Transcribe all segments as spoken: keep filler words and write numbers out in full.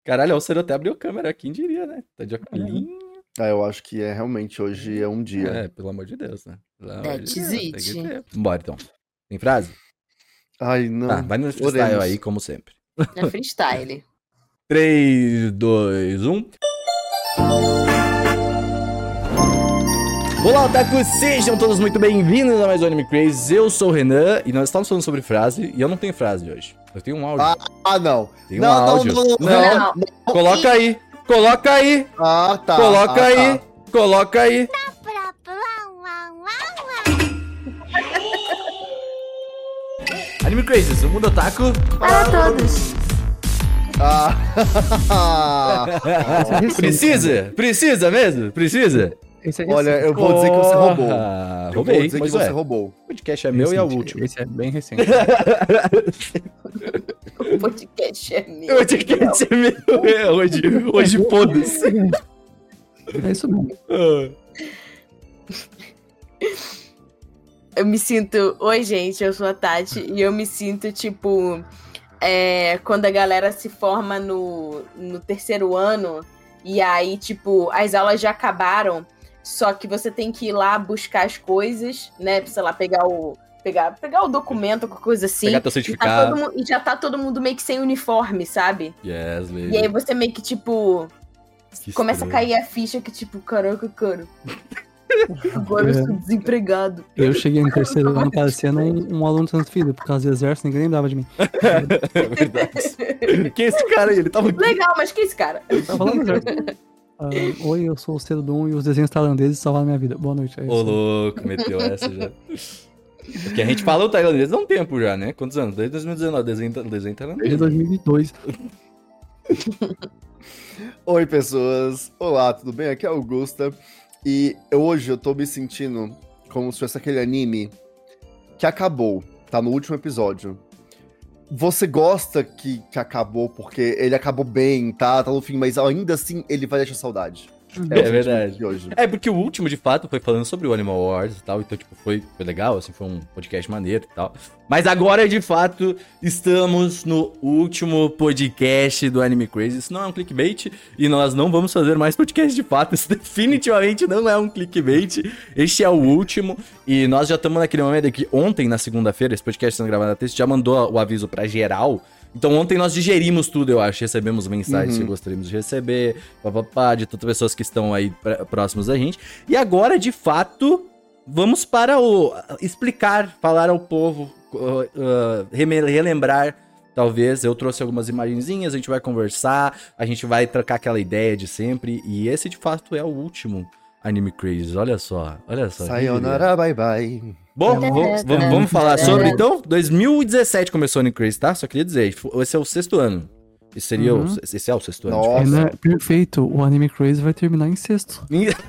Caralho, o Ciro até abriu a câmera, quem diria, né? Tá de óculos. Ah, eu acho que é realmente hoje é um dia. É, pelo amor de Deus, né? Pelo amor de That's Deus, tem que it. ter. Bora, então. Tem frase? Ai, não. Tá, vai no freestyle Oremos. aí, como sempre. É freestyle. três, dois, um. Olá, otakus! Sejam todos muito bem-vindos a mais um Anime Crazy. Eu sou o Renan e nós estamos falando sobre frase e eu não tenho frase hoje. Eu tenho um áudio. Ah, ah, não. Tem um não, áudio. não, não, Não. Não. Coloca aí, coloca aí, Ah, tá. coloca ah, aí, tá. coloca aí. Anime Crazy, o mundo otaku. Para todos. Ah. Precisa? Precisa mesmo? Precisa? Esse é Olha, recente. eu vou dizer que você roubou. Porra, Eu roubei, vou dizer que mas você ué, roubou. o podcast é meu e é o Recente. último. Esse é bem recente. O podcast é meu. O podcast é meu, é, hoje, hoje foda-se. É isso mesmo. Eu me sinto... Oi, gente, eu sou a Tati e eu me sinto, tipo... É, quando a galera se forma no, no terceiro ano e aí, tipo, as aulas já acabaram, só que você tem que ir lá buscar as coisas, né? Sei lá, pegar o... Pegar, pegar o documento, qualquer coisa assim. Pegar teu E, tá certificado. todo mu- e já tá todo mundo meio que sem uniforme, sabe? Yes, baby. E aí você meio que, tipo... Que Começa a estranho. cair a ficha que, tipo, caraca, cara. Agora eu sou desempregado. Eu cheguei no terceiro ano parecendo um, um aluno transferido, por causa do exército, ninguém lembrava de mim. É verdade. Quem é esse cara aí? Ele tava aqui. Legal, mas que é esse cara? Tava lá no exército. Ah, Oi, eu sou o Ciro Dom e os desenhos tailandeses salvaram minha vida. Boa noite. É Ô, isso. louco, meteu essa já. Porque a gente fala o tailandês há um tempo já, né? Quantos anos? Desde dois mil e dezenove, desenho, desenho tailandês. Desde dois mil e dois. Oi, pessoas. Olá, tudo bem? Aqui é Augusta. E eu, hoje eu tô me sentindo como se fosse aquele anime que acabou, tá no último episódio. Você gosta que, que acabou porque ele acabou bem, tá? Tá no fim, mas ainda assim ele vai deixar saudade. É o sentimento verdade. de hoje. É, porque o último, de fato, foi falando sobre o Animal Wars e tal, então, tipo, foi, foi legal, assim, foi um podcast maneiro e tal. Mas agora, de fato, estamos no último podcast do Anime Crazy. Isso não é um clickbait e nós não vamos fazer mais podcast de fato. Isso definitivamente não é um clickbait. Este é o último e nós já estamos naquele momento que ontem, na segunda-feira, esse podcast sendo gravado na terça, já mandou o aviso pra geral. Então ontem nós digerimos tudo, eu acho, recebemos mensagens Uhum. que gostaríamos de receber, papapá, de todas as pessoas que estão aí pra- próximas da gente. E agora, de fato, vamos para o explicar, falar ao povo, uh, uh, reme- relembrar, talvez. Eu trouxe algumas imagenzinhas, a gente vai conversar, a gente vai trocar aquela ideia de sempre. E esse, de fato, é o último Anime Crazy. Olha só, olha só. quem diria? Sayonara, bye bye. Bom, vamos, vamos- vamos falar sobre, então, dois mil e dezessete começou o Anime Crazy, tá? Só queria dizer, esse é o sexto ano. Esse seria Uhum. o, esse é o sexto ano. Nossa. Renan, perfeito. O Anime Crazy vai terminar em sexto.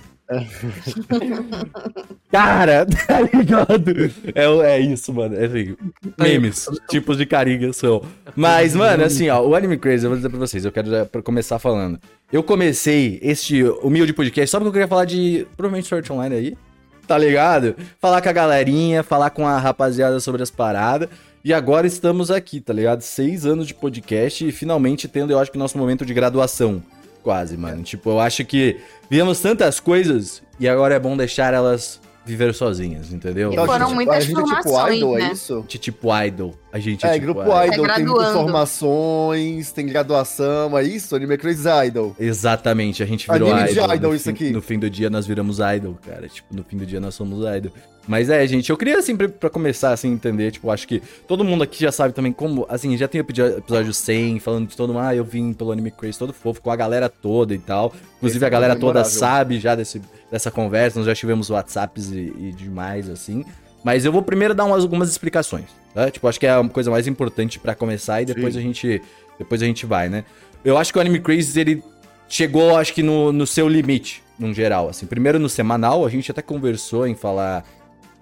Cara, tá ligado? É, o- é isso, mano. É assim, memes, tipos de carinha são. Mas, mano, assim, ó, o Anime Crazy, eu vou dizer pra vocês, eu quero já pra começar falando. Eu comecei este humilde podcast só porque eu queria falar de, provavelmente, Sword Art Online aí, tá ligado? Falar com a galerinha, falar com a rapaziada sobre as paradas. E agora estamos aqui, tá ligado? Seis anos de podcast e finalmente tendo, eu acho que, nosso momento de graduação. Quase, mano. Tipo, eu acho que vivemos tantas coisas e agora é bom deixar elas viver sozinhas, entendeu? E foram gente, muitas a gente é tipo formações, idol, né? é isso? De tipo idol. A gente é, É, tipo grupo idol. idol, É tem muitas graduando. formações, tem graduação, é isso? Anime Crazy Idol. Exatamente, a gente virou Anime de idol. idol, no isso fim, aqui. No fim do dia nós viramos idol, cara. Tipo, no fim do dia nós somos idol. Mas é, gente, eu queria, assim, pra, pra começar, assim, entender, tipo, acho que todo mundo aqui já sabe também como, assim, já tem o episódio episódio cem, falando de todo mundo, ah, eu vim pelo Anime Crazy todo fofo, com a galera toda e tal. Inclusive Esse a galera é toda memorável. sabe já desse, dessa conversa, nós já tivemos WhatsApps e, e demais, assim. Mas eu vou primeiro dar umas, algumas explicações, tá? Tipo, acho que é a coisa mais importante pra começar e depois Sim. a gente depois a gente vai, né? Eu acho que o Anime Crazy, ele chegou, acho que no, no seu limite, num geral, assim. Primeiro no semanal, a gente até conversou em falar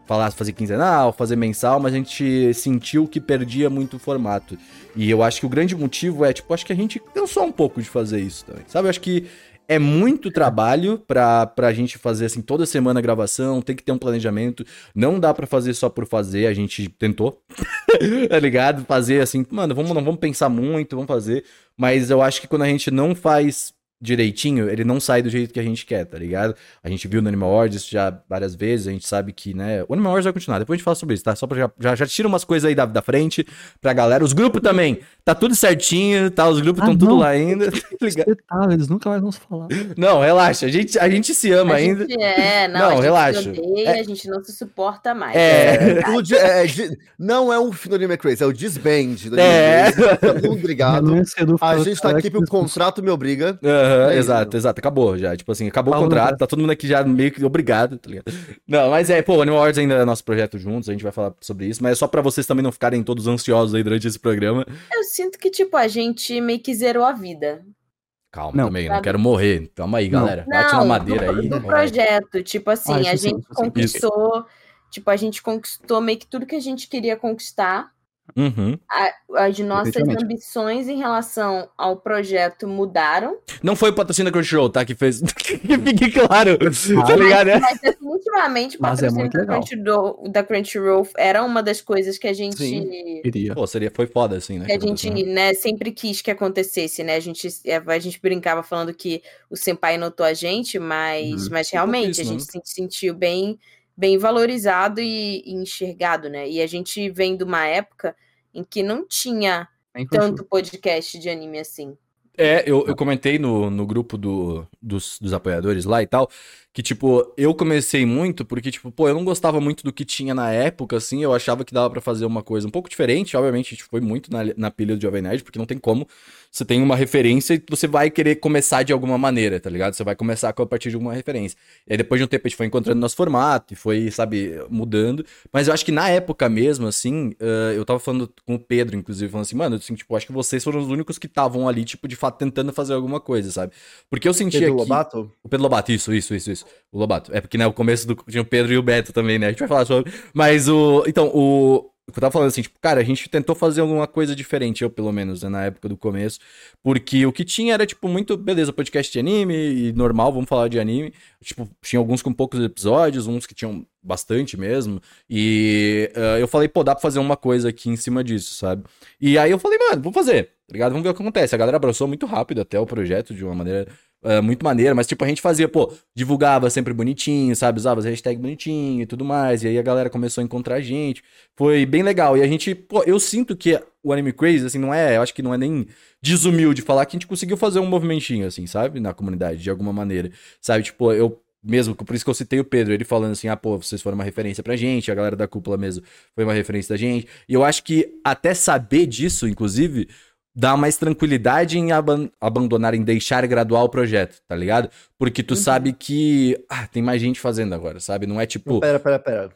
falar, fazer quinzenal, fazer mensal, mas a gente sentiu que perdia muito o formato. E eu acho que o grande motivo é, tipo, acho que a gente cansou um pouco de fazer isso também, sabe? Eu acho que é muito trabalho pra, pra gente fazer, assim, toda semana a gravação, tem que ter um planejamento, não dá pra fazer só por fazer, a gente tentou, tá ligado? Fazer, assim, mano, vamos, não vamos pensar muito, vamos fazer, mas eu acho que quando a gente não faz direitinho, ele não sai do jeito que a gente quer, tá ligado? A gente viu no Animal Wars isso já várias vezes, a gente sabe que, né, o Animal Wars vai continuar, depois a gente fala sobre isso, tá? Só pra já, já, já tira umas coisas aí da, da frente pra galera, os grupos também, tá tudo certinho, tá? Os grupos estão ah, tudo lá ainda, tá ligado? Eles nunca mais vão se falar. Não, relaxa, a gente, a gente se ama a ainda. Gente, é, não, não a gente relaxa. se odeia, é... a gente não se suporta mais. É, é, tudo, é, é não é o fim do Anime Crazy, é o disband do Anime é. Crazy. Tá todo mundo ligado. A gente tá aqui porque o contrato me obriga. Uhum, é exato, exato. Acabou já. Tipo assim, acabou Falou, o contrato, tá todo mundo aqui já meio que obrigado, tá ligado? Não, mas é, pô, o Animal Wars ainda é nosso projeto juntos, a gente vai falar sobre isso, mas é só pra vocês também não ficarem todos ansiosos aí durante esse programa. Eu sinto que, tipo, a gente meio que zerou a vida. Calma não, também, não quero morrer. Calma aí, galera. Não, Bate na madeira aí. No projeto, tipo assim, ah, a gente sim, conquistou, sim. tipo, a gente conquistou meio que tudo que a gente queria conquistar. Uhum. A, as nossas ambições em relação ao projeto mudaram. Não foi o patrocínio da Crunchyroll, tá? Que fez. Que fique claro. Ah, tá ligado, né? Mas, mas definitivamente o patrocínio é da, Crunchyroll, da Crunchyroll era uma das coisas que a gente. Sim, iria. Pô, seria, foi foda, assim, né? Que a gente, né, sempre quis que acontecesse, né? A gente, a gente brincava falando que o Senpai notou a gente, mas, uhum. mas realmente isso, a gente né? se sentiu bem. bem valorizado e, e enxergado, né? E a gente vem de uma época em que não tinha tanto podcast de anime assim. É, eu, eu comentei no, no grupo do, dos, dos apoiadores lá e tal, que, tipo, eu comecei muito porque, tipo, pô, eu não gostava muito do que tinha na época, assim, eu achava que dava pra fazer uma coisa um pouco diferente, obviamente a gente foi muito na, na pilha do Jovem Nerd, porque não tem como, você tem uma referência e você vai querer começar de alguma maneira, tá ligado? Você vai começar a partir de alguma referência. E aí depois de um tempo a gente foi encontrando nosso formato e foi, sabe, mudando, mas eu acho que na época mesmo, assim, uh, eu tava falando com o Pedro, inclusive, falando assim, mano, assim, tipo, acho que vocês foram os únicos que estavam ali, tipo, de fato, tentando fazer alguma coisa, sabe? Porque eu sentia Pedro que... Lobato? O Pedro Lobato, isso, isso, isso, isso. O Lobato. É porque, né, o começo do... tinha o Pedro e o Beto também, né? A gente vai falar sobre... Mas o... Então, o... Eu tava falando assim, tipo, cara, a gente tentou fazer alguma coisa diferente, eu pelo menos, né, na época do começo, porque o que tinha era, tipo, muito, beleza, podcast de anime, e normal, vamos falar de anime, tipo, tinha alguns com poucos episódios, uns que tinham bastante mesmo, e uh, eu falei, pô, dá pra fazer uma coisa aqui em cima disso, sabe? E aí eu falei, mano, vamos fazer, tá ligado? Vamos ver o que acontece. A galera abraçou muito rápido até o projeto, de uma maneira... Uh, muito maneira, mas tipo, a gente fazia, pô, divulgava sempre bonitinho, sabe, usava as hashtags bonitinho e tudo mais, e aí a galera começou a encontrar a gente, foi bem legal, e a gente, pô, eu sinto que o Anime Crazy, assim, não é, eu acho que não é nem desumilde falar que a gente conseguiu fazer um movimentinho, assim, sabe, na comunidade, de alguma maneira, sabe, tipo, eu mesmo, por isso que eu citei o Pedro, ele falando assim, ah, pô, vocês foram uma referência pra gente, a galera da cúpula mesmo foi uma referência da gente, e eu acho que até saber disso, inclusive, dá mais tranquilidade em aban- abandonar, em deixar gradual o projeto, tá ligado? Porque tu uhum. sabe que ah, tem mais gente fazendo agora, sabe? Não é tipo... Não, pera, pera, pera.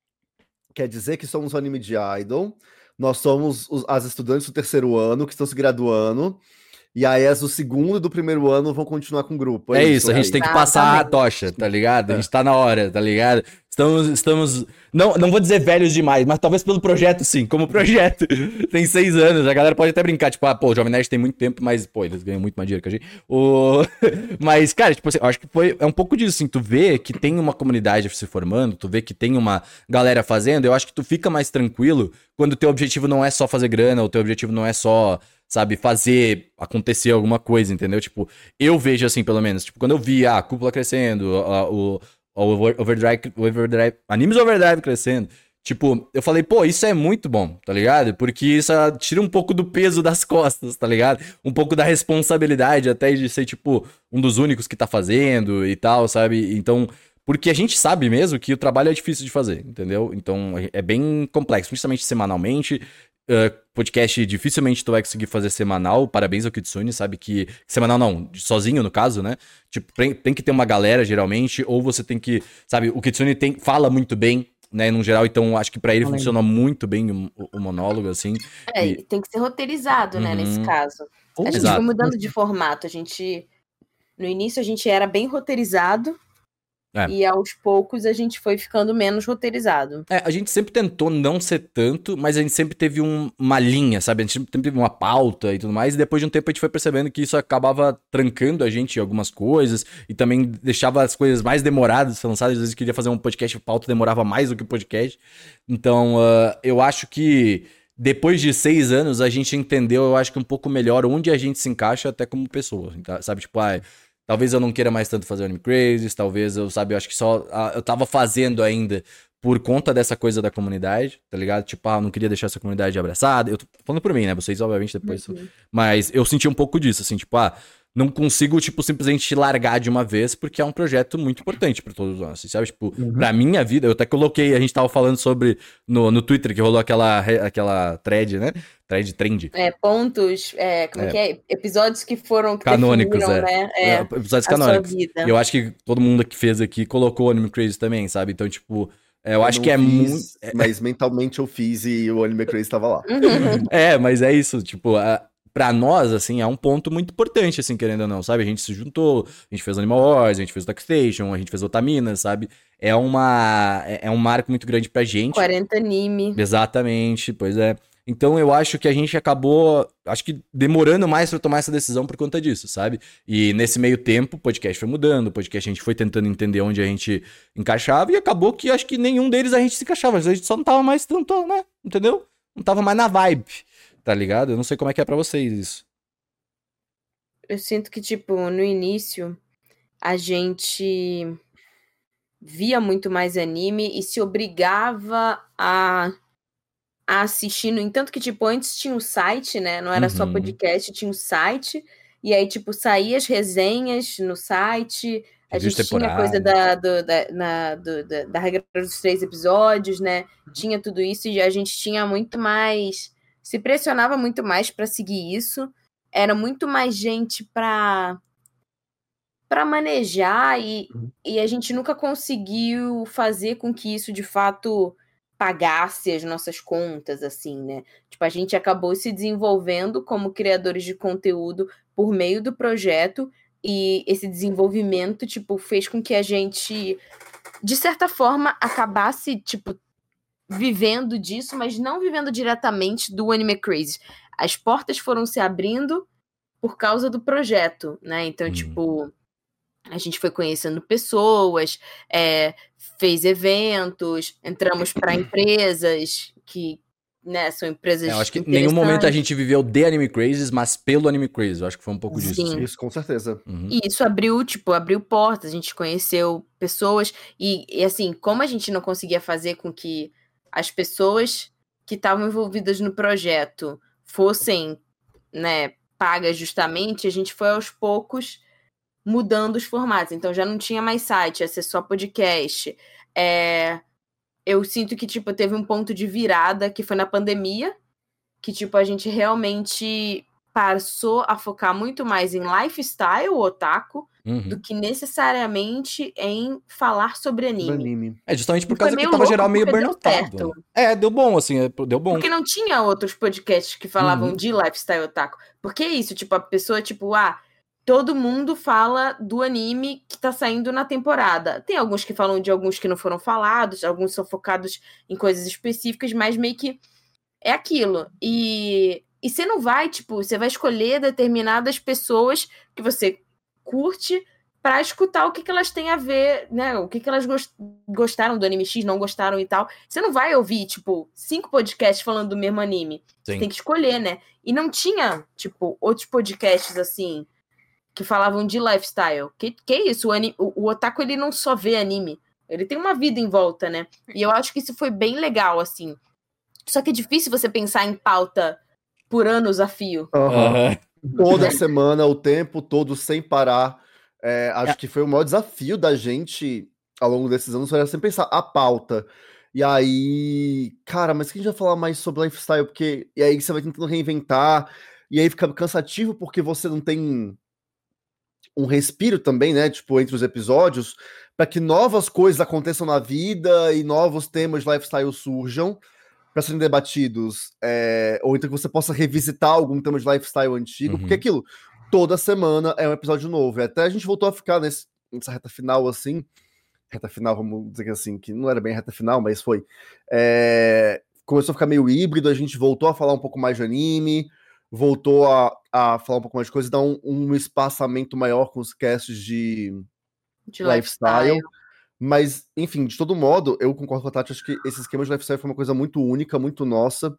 Quer dizer que somos um anime de idol, nós somos os, as estudantes do terceiro ano que estão se graduando, e aí as do segundo e do primeiro ano vão continuar com o grupo. É, é isso, isso, a gente aí. tem que passar a tocha, tá ligado? A gente tá na hora, tá ligado? Estamos, estamos não, não vou dizer velhos demais, mas talvez pelo projeto sim, como projeto. Tem seis anos, a galera pode até brincar, tipo, ah, pô, o Jovem Nerd tem muito tempo, mas, pô, eles ganham muito mais dinheiro que a gente. O... Mas, cara, tipo assim, eu acho que foi, é um pouco disso, assim, tu vê que tem uma comunidade se formando, tu vê que tem uma galera fazendo, eu acho que tu fica mais tranquilo quando o teu objetivo não é só fazer grana, o teu objetivo não é só... sabe, fazer acontecer alguma coisa, entendeu? Tipo, eu vejo assim, pelo menos, tipo, quando eu vi a cúpula crescendo, a, o, o Overdrive, Overdrive, Animes Overdrive crescendo, tipo, eu falei, pô, isso é muito bom, tá ligado? Porque isso tira um pouco do peso das costas, tá ligado? Um pouco da responsabilidade até de ser, tipo, um dos únicos que tá fazendo e tal, sabe? Então... Porque a gente sabe mesmo que o trabalho é difícil de fazer, entendeu? Então, é bem complexo, principalmente semanalmente. Uh, podcast dificilmente tu vai conseguir fazer semanal. Parabéns ao Kitsune, sabe que... Semanal não, sozinho no caso, né? Tipo, tem, tem que ter uma galera, geralmente, ou você tem que... Sabe, o Kitsune tem, fala muito bem, né, no geral, então acho que pra ele funciona muito bem o, o monólogo, assim. É, e... tem que ser roteirizado, né, uhum. nesse caso. A gente Exato. foi mudando de formato, a gente... No início a gente era bem roteirizado, É. E aos poucos a gente foi ficando menos roteirizado. É, a gente sempre tentou não ser tanto, mas a gente sempre teve um- uma linha, sabe? A gente sempre teve uma pauta e tudo mais, e depois de um tempo a gente foi percebendo que isso acabava trancando a gente em algumas coisas, e também deixava as coisas mais demoradas de ser lançadas. Às vezes queria fazer um podcast, a pauta demorava mais do que o podcast. Então, uh, eu acho que depois de seis anos a gente entendeu, eu acho que um pouco melhor onde a gente se encaixa até como pessoa, tá? Sabe? Tipo, ah, talvez eu não queira mais tanto fazer Anime Crazes, talvez eu, sabe, eu acho que só ah, eu tava fazendo ainda por conta dessa coisa da comunidade, tá ligado? Tipo, ah, eu não queria deixar essa comunidade abraçada. Eu tô falando por mim, né? Vocês, obviamente, depois... Uhum. Mas eu senti um pouco disso, assim, tipo, ah, não consigo, tipo, simplesmente largar de uma vez, porque é um projeto muito importante pra todos nós, assim, sabe? Tipo, Uhum. pra minha vida, eu até coloquei, a gente tava falando sobre, no, no Twitter, que rolou aquela, aquela thread, né? Thread, trend. É, pontos, é, como É. que é? Episódios que foram, que Canônicos, definiram, é. né? É, Episódios a canônicos. sua vida. E eu acho que todo mundo que fez aqui colocou o Anime Crazy também, sabe? Então, tipo, é, eu, Eu acho não que é fiz, muito. Mas mentalmente eu fiz e o Anime Crazy tava lá. É, mas é isso, tipo, a, pra nós, assim, é um ponto muito importante, assim, querendo ou não, sabe? A gente se juntou, a gente fez Animal Wars, a gente fez o Station, a gente fez Otaminas, sabe? É uma. É, é um marco muito grande pra gente. quarenta anime. Exatamente, pois é. Então eu acho que a gente acabou, acho que demorando mais pra tomar essa decisão por conta disso, sabe? E nesse meio tempo o podcast foi mudando, o podcast a gente foi tentando entender onde a gente encaixava e acabou que acho que nenhum deles a gente se encaixava, a gente só não tava mais tanto, né? Entendeu? Não tava mais na vibe, tá ligado? Eu não sei como é que é pra vocês isso. Eu sinto que, tipo, no início a gente via muito mais anime e se obrigava a, a assistir. No entanto que, tipo, antes tinha o site, né? Não era só Uhum. podcast, tinha o site. E aí, tipo, saía as resenhas no site. A Review de gente tinha coisa temporada. da, do, da, na, do- da, da regra dos três episódios, né? Tinha tudo isso e a gente tinha muito mais... Se pressionava muito mais pra seguir isso. Era muito mais gente pra para manejar e, e a gente nunca conseguiu fazer com que isso de fato pagasse as nossas contas, assim, né? Tipo, a gente acabou se desenvolvendo como criadores de conteúdo por meio do projeto e esse desenvolvimento, tipo, fez com que a gente, de certa forma, acabasse, tipo, vivendo disso, mas não vivendo diretamente do Anime Crazy. As portas foram se abrindo por causa do projeto, né? Então, Hum. tipo, a gente foi conhecendo pessoas, é, fez eventos, entramos para empresas que, né, são empresas É, eu acho que em nenhum momento a interessantes. gente viveu de Anime Crazes, mas pelo Anime Crazes. Eu acho que foi um pouco disso. Sim. assim. Isso, com certeza. Uhum. E isso abriu, tipo, abriu portas, a gente conheceu pessoas, e, e assim, como a gente não conseguia fazer com que as pessoas que estavam envolvidas no projeto fossem, né, pagas justamente, a gente foi aos poucos mudando os formatos. Então já não tinha mais site, ia ser só podcast. É, eu sinto que, tipo, teve um ponto de virada que foi na pandemia, que, tipo, a gente realmente passou a focar muito mais em lifestyle otaku Uhum. do que necessariamente em falar sobre Do anime. anime. É, justamente por E foi causa que meio tava louco geral meio porque deu burnoutado. certo. né? É, deu bom, assim, é, deu bom. Porque não tinha outros podcasts que falavam Uhum. de lifestyle otaku. Porque é isso, tipo, a pessoa, tipo, ah, todo mundo fala do anime que tá saindo na temporada. Tem alguns que falam de alguns que não foram falados, alguns são focados em coisas específicas, mas meio que é aquilo. E, e você não vai, tipo, você vai escolher determinadas pessoas que você curte pra escutar o que, que elas têm a ver, né? O que, que elas gos- gostaram do anime X, não gostaram e tal. Você não vai ouvir, tipo, cinco podcasts falando do mesmo anime. Você Sim. tem que escolher, né? E não tinha, tipo, outros podcasts assim que falavam de lifestyle. Que, que isso? O, ani- o, o otaku, ele não só vê anime. Ele tem uma vida em volta, né? E eu acho que isso foi bem legal, assim. Só que é difícil você pensar em pauta por anos a fio. Aham. Aham. Toda semana, o tempo todo, sem parar. É, acho É. que foi o maior desafio da gente ao longo desses anos, era sempre pensar a pauta. E aí, cara, mas que a gente vai falar mais sobre lifestyle? Porque, e aí você vai tentando reinventar, e aí fica cansativo porque você não tem um respiro também, né? Tipo, entre os episódios, para que novas coisas aconteçam na vida e novos temas de lifestyle surjam para serem debatidos, é, ou então que você possa revisitar algum tema de lifestyle antigo, Uhum. porque aquilo, toda semana é um episódio novo. E até a gente voltou a ficar nesse, nessa reta final, assim, reta final, vamos dizer que assim, que não era bem reta final, mas foi. É, começou a ficar meio híbrido, a gente voltou a falar um pouco mais de anime, voltou a, a falar um pouco mais de coisa, dar um, um espaçamento maior com os casts de, De lifestyle. lifestyle. Mas, enfim, de todo modo, eu concordo com a Tati, acho que esse esquema de lifestyle foi uma coisa muito única, muito nossa.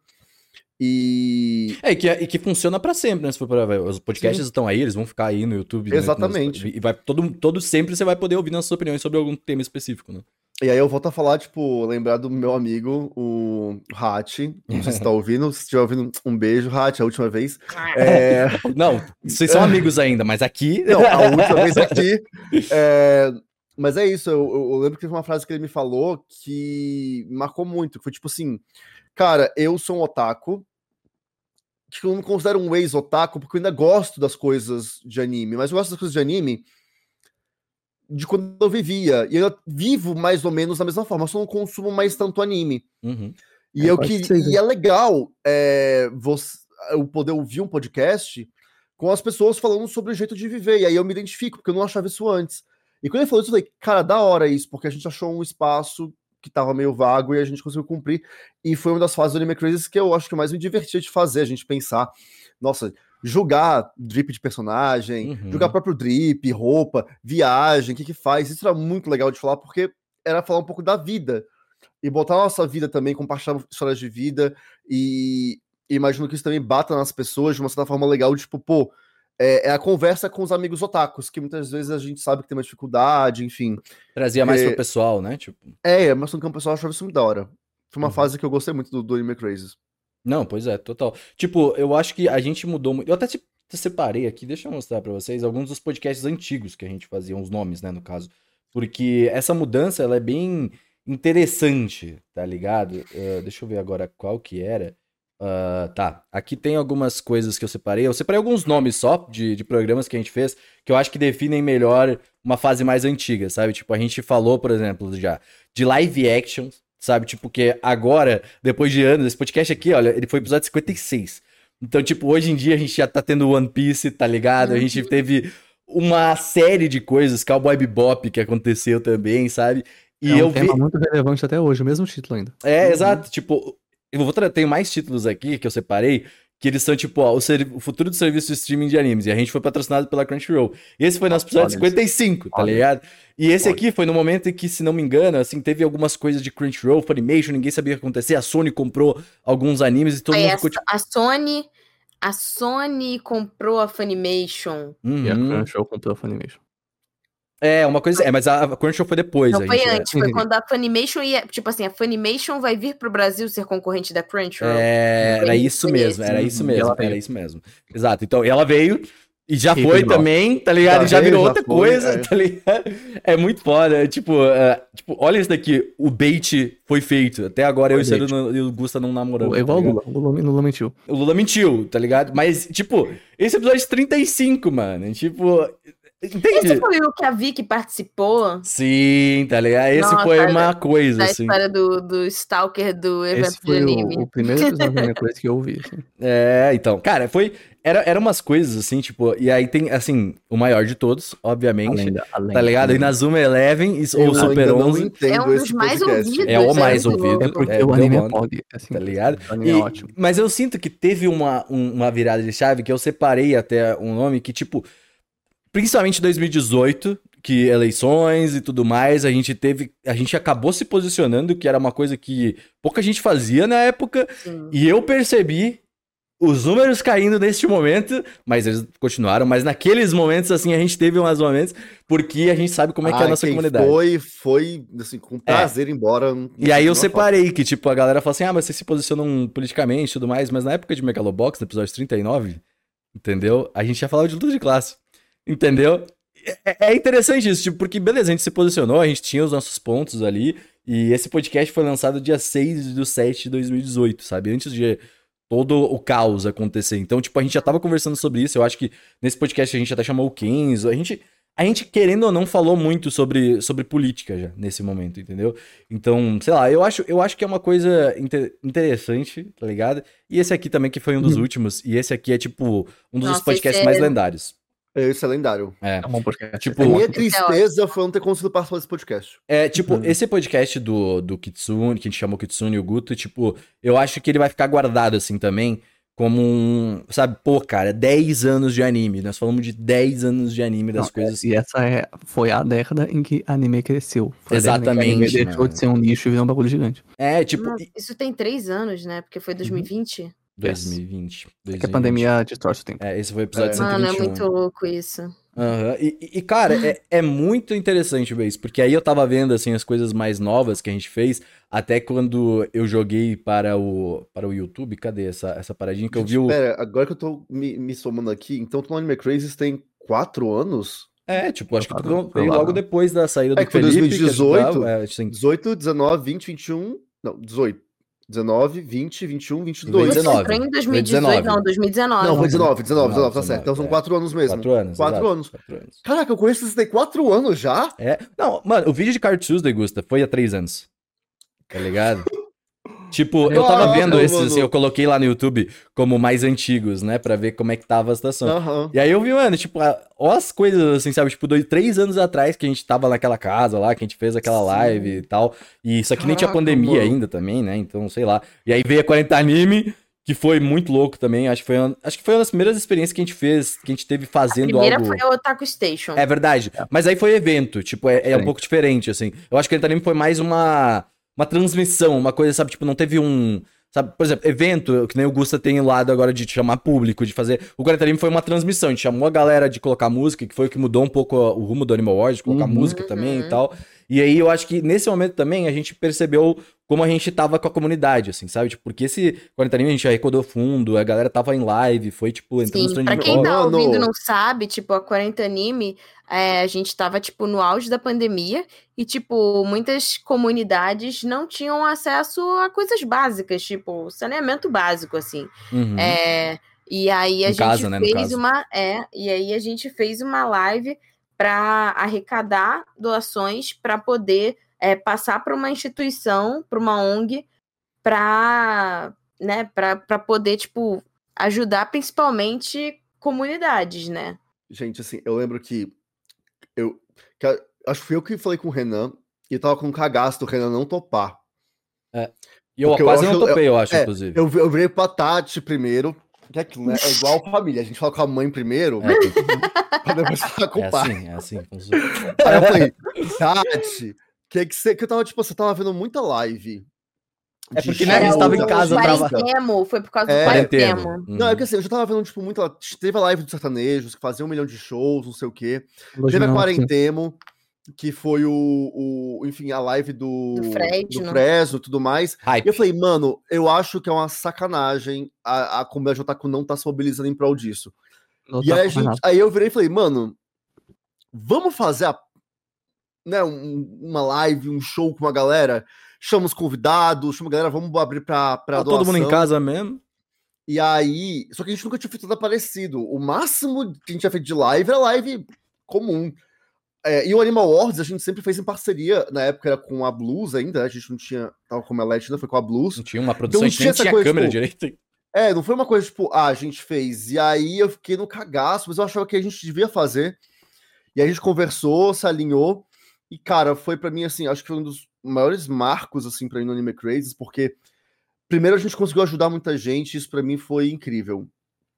E. É, e que, e que funciona pra sempre, né? Se for pra ver. Os podcasts Sim. estão aí, eles vão ficar aí no YouTube. né, Exatamente. nos- e vai todo, todo sempre você vai poder ouvir nossas opiniões sobre algum tema específico, né? E aí eu volto a falar, tipo, lembrar do meu amigo, o Hachi. Não sei se tá ouvindo. Se estiver ouvindo, um beijo, Hachi, a última vez. É... Não, vocês são amigos ainda, mas aqui. Não, a última vez aqui. É... Mas é isso, eu, eu lembro que teve uma frase que ele me falou que me marcou muito, que foi tipo assim, cara, eu sou um otaku, que eu não me considero um ex-otaku, porque eu ainda gosto das coisas de anime, mas eu gosto das coisas de anime de quando eu vivia, e eu vivo mais ou menos da mesma forma, eu só não consumo mais tanto anime. Uhum. E É, eu pode queria, ser, e é legal é, você, eu poder ouvir um podcast com as pessoas falando sobre o jeito de viver, e aí eu me identifico, porque eu não achava isso antes. E quando ele falou isso, eu falei, cara, da hora isso, porque a gente achou um espaço que tava meio vago e a gente conseguiu cumprir. E foi uma das fases do Anime Crazes que eu acho que mais me divertia de fazer, a gente pensar, nossa, julgar drip de personagem, Uhum. julgar próprio drip, roupa, viagem, o que que faz. Isso era muito legal de falar, porque era falar um pouco da vida. E botar a nossa vida também, compartilhar histórias de vida, e imagino que isso também bata nas pessoas de uma certa forma legal, tipo, pô, é, é a conversa com os amigos otakus, que muitas vezes a gente sabe que tem uma dificuldade, enfim. Trazia mais É, pro pessoal, né? Tipo. É, mas no campo pessoal eu achava isso muito da hora. Foi uma Uhum. fase que eu gostei muito do, do Anime Crazes. Não, pois é, total. Tipo, eu acho que a gente mudou muito. Eu até te separei aqui, deixa eu mostrar pra vocês alguns dos podcasts antigos que a gente fazia, os nomes, né, no caso. Porque essa mudança, ela é bem interessante, tá ligado? Uh, deixa eu ver agora qual que era. Uh, tá, aqui tem algumas coisas que eu separei. Eu separei alguns nomes só de, de programas que a gente fez que eu acho que definem melhor uma fase mais antiga, sabe? Tipo, a gente falou, por exemplo, já de live action, sabe? Tipo, que agora, depois de anos, esse podcast aqui, olha, ele foi episódio cinquenta e seis. Então, tipo, hoje em dia a gente já tá tendo One Piece, tá ligado? A gente teve uma série de coisas, Cowboy Bebop que aconteceu também, sabe? E é um eu tema vi. muito relevante até hoje, o mesmo título ainda. É, exato. Tipo, eu vou tra... tenho mais títulos aqui que eu separei, que eles são tipo, ó, o, ser... o futuro do serviço de streaming de animes. E a gente foi patrocinado pela Crunchyroll. E esse foi nosso episódio cinquenta e cinco, tá Olha. ligado? E esse Olha. aqui foi no momento em que, se não me engano, assim, teve algumas coisas de Crunchyroll, Funimation, ninguém sabia o que ia acontecer. A Sony comprou alguns animes e todo Aí mundo a, ficou tipo. a Sony. A Sony comprou a Funimation. E a Uhum. Crunchyroll comprou a Funimation. É, uma coisa. É, mas a Crunchyroll foi depois. Não a foi gente, antes, foi Entendi. quando a Funimation ia. Tipo assim, a Funimation vai vir pro Brasil ser concorrente da Crunchyroll. É, era Foi isso foi mesmo, esse. era isso Uhum. mesmo, Ela era veio. isso mesmo. Exato. Então, ela veio e já E foi foi de volta. também, tá ligado? Já E já veio, virou já outra foi, coisa, é. tá ligado? É muito foda. é Tipo, é, tipo, olha isso daqui. O bait foi feito. Até agora eu e o Foi Ciro bait. não- e o Gusta não namoramos. É igual tá o ligado? Lula. O Lula, o Lula mentiu. O Lula mentiu, tá ligado? Mas, tipo, esse episódio é trinta e cinco, mano. Tipo. Entende? Esse foi o que a Vicky participou Sim, tá ligado? Esse Nossa, foi uma coisa, da assim. história do, do Stalker do evento Esse foi de o, anime. o primeiro episódio da minha coisa que eu ouvi. Assim. É, então, cara, foi. Era, era umas coisas assim, tipo. E aí tem, assim, o maior de todos, obviamente. Além da, além, Tá ligado? além. Inazuma Eleven e- Eu ou Super ainda não onze. entendo É um dos esse mais podcast. ouvidos. É o Isso é mais muito ouvido. É louco. porque É, o anime The é One, pog. Assim, tá ligado? O anime E- é ótimo. Mas eu sinto que teve uma, um- uma virada de chave que eu separei até um nome que, tipo, principalmente em dois mil e dezoito, que eleições e tudo mais, a gente teve. A gente acabou se posicionando, que era uma coisa que pouca gente fazia na época, Sim. e eu percebi os números caindo neste momento, mas eles continuaram, mas naqueles momentos, assim, a gente teve uns momentos, porque a gente sabe como é que é a Ah, nossa quem comunidade. Foi, foi, assim, com prazer embora. não E aí eu sei de uma separei que, tipo, a galera fala assim, ah, mas vocês se posicionam politicamente e tudo mais, mas na época de Megalobox, no episódio trinta e nove, entendeu? A gente já falava de luta de classe, entendeu? É, é interessante isso, tipo, porque beleza, a gente se posicionou, a gente tinha os nossos pontos ali, e esse podcast foi lançado dia seis de setembro de dois mil e dezoito, sabe? Antes de todo o caos acontecer. Então, tipo, a gente já tava conversando sobre isso, eu acho que nesse podcast a gente até chamou o Kenzo, a gente... A gente, querendo ou não, falou muito sobre, sobre política já, nesse momento, entendeu? Então, sei lá, eu acho, eu acho que é uma coisa inter- interessante, tá ligado? E esse aqui também, que foi um dos Uhum. últimos, e esse aqui é, tipo, um dos Nossa, podcasts esse é- mais lendários. Esse é lendário. É. É um bom podcast. Tipo, A É bom. minha tristeza foi não ter conseguido participar desse podcast. É, tipo, Uhum. esse podcast do, do Kitsune, que a gente chamou Kitsune e o Guto, tipo, eu acho que ele vai ficar guardado assim também, como um, sabe, pô, cara, dez anos de anime, nós falamos de dez anos de anime das Não, coisas... E essa é, foi a década em que anime cresceu. Foi a década em que Exatamente, anime deixou mano. de ser um nicho e virou um bagulho gigante. É, tipo, Nossa, isso tem três anos, né? Porque foi dois mil e vinte. dois mil e vinte. É que a pandemia distorce o tempo. É, esse foi o episódio É. Mano, é cento e vinte e um. muito louco isso. Aham. E, e- e, cara, é, é muito interessante ver isso, porque aí eu tava vendo, assim, as coisas mais novas que a gente fez, até quando eu joguei para o, para o YouTube, cadê essa, essa paradinha que eu vi o... Pera, agora que eu tô me, me somando aqui, então o Anime Crazy tem quatro anos? É, tipo, acho que tu Provável, veio logo provável. depois da saída do É que foi Felipe, dois mil e dezoito, que ajudava, é, assim, dezoito, dezenove, vinte, vinte e um. Não, dezoito. dezenove, vinte, vinte e um, vinte e Foi dois. Você dezenove. entrou em dois mil Foi e dezoito, dezenove. não, dois mil e dezenove. Não, foi dezenove, dezenove, dezenove, tá dezenove, certo. Então são é. quatro anos mesmo. Quatro anos, Quatro exato, anos. Quatro anos. Caraca, eu conheço esses daí quatro anos já? É, não, mano, o vídeo de Card Tuesday, Gusta, foi há três anos, tá ligado? Tipo, eu tava Caraca, vendo esses, mano. assim, eu coloquei lá no YouTube como mais antigos, né, pra ver como é que tava a situação. Aham. E aí eu vi, mano, tipo, a- ó as coisas, assim, sabe? Tipo, dois, três anos atrás que a gente tava naquela casa lá, que a gente fez aquela Sim. live e tal. E isso aqui nem tinha Caraca, pandemia mano. ainda também, né? Então, sei lá. E aí veio a quarenta Anime, que foi muito louco também. Acho que foi uma, acho que foi uma das primeiras experiências que a gente fez, que a gente teve A fazendo primeira algo... foi o Otaku Station. É verdade. Mas aí foi evento, tipo, é, é um Diferente. pouco diferente, assim. Eu acho que o quarenta Anime foi mais uma, uma transmissão, uma coisa, sabe? Tipo, não teve um... Sabe, por exemplo, evento, que nem o Gusta tem o lado agora de chamar público, de fazer... O quarenta Anime foi uma transmissão, a gente chamou a galera de colocar música, que foi o que mudou um pouco o rumo do Animal Wars, de colocar Uhum. música também e Uhum. tal. E aí eu acho que nesse momento também a gente percebeu como a gente tava com a comunidade, assim, sabe? Tipo, porque esse quarenta Anime a gente arrecadou fundo, a galera tava em live, foi tipo, entrando nos Sim, trending pra quem tá Mano. ouvindo e não sabe, tipo, a quarenta Anime, é, a gente tava, tipo, no auge da pandemia e, tipo, muitas comunidades não tinham acesso a coisas básicas, tipo, saneamento básico, assim. Uhum. É, e aí a Em gente casa, né, no fez caso. uma, é, e aí a gente fez uma live para arrecadar doações para poder é, passar para uma instituição, para uma O N G, para, né, para poder, tipo, ajudar principalmente comunidades, né? Gente, assim, eu lembro que eu. Que a- acho que fui eu que falei com o Renan e eu tava com um cagaço do Renan não topar. E eu Porque eu quase acho- não topei, eu acho, é, inclusive. Eu, eu virei pra Tati primeiro. Que é aquilo, né? É igual família. A gente fala com a mãe primeiro, É, tem- pra depois falar com é o pai. assim, é assim. funciona. Aí eu falei, Tati, que que você. Que eu tava, tipo, você tava vendo muita live. É de porque, né, a gente show, tava em da casa, o música. trava- Quarentemo, foi por causa É, do Quarentemo. Quarentemo. Não, é que assim, eu já tava vendo, tipo, muita. Teve a live dos sertanejos, que fazia um milhão de shows, não sei o quê. Teve a Não, sim. Quarentemo, que foi o, o. Enfim, a live do. Do Fresno. do Fresno e tudo mais. Hype. E eu falei, mano, eu acho que é uma sacanagem a, a comunidade otaku não tá se mobilizando em prol disso. Não E tá aí, a combinado. gente, aí eu virei e falei, mano, vamos fazer a, né, um- uma live, um show com uma galera? Chama os convidados, chama a galera, vamos abrir pra, pra Tá todo mundo em doação. casa mesmo. E aí, só que a gente nunca tinha feito nada parecido. O máximo que a gente tinha feito de live era live comum. É, e o Animal Wars a gente sempre fez em parceria, na época era com a Blues ainda, né? A gente não tinha, tava com a Melete ainda, foi com a Blues. Não tinha uma produção, Então a gente tinha nem essa tinha coisa, câmera tipo, direito. É, não foi uma coisa tipo, ah, a gente fez. E aí eu fiquei no cagaço, mas eu achava que a gente devia fazer. E aí a gente conversou, se alinhou. E, cara, foi pra mim, assim, acho que foi um dos maiores marcos, assim, pra mim no Anime Crazes, porque primeiro a gente conseguiu ajudar muita gente, isso pra mim foi incrível.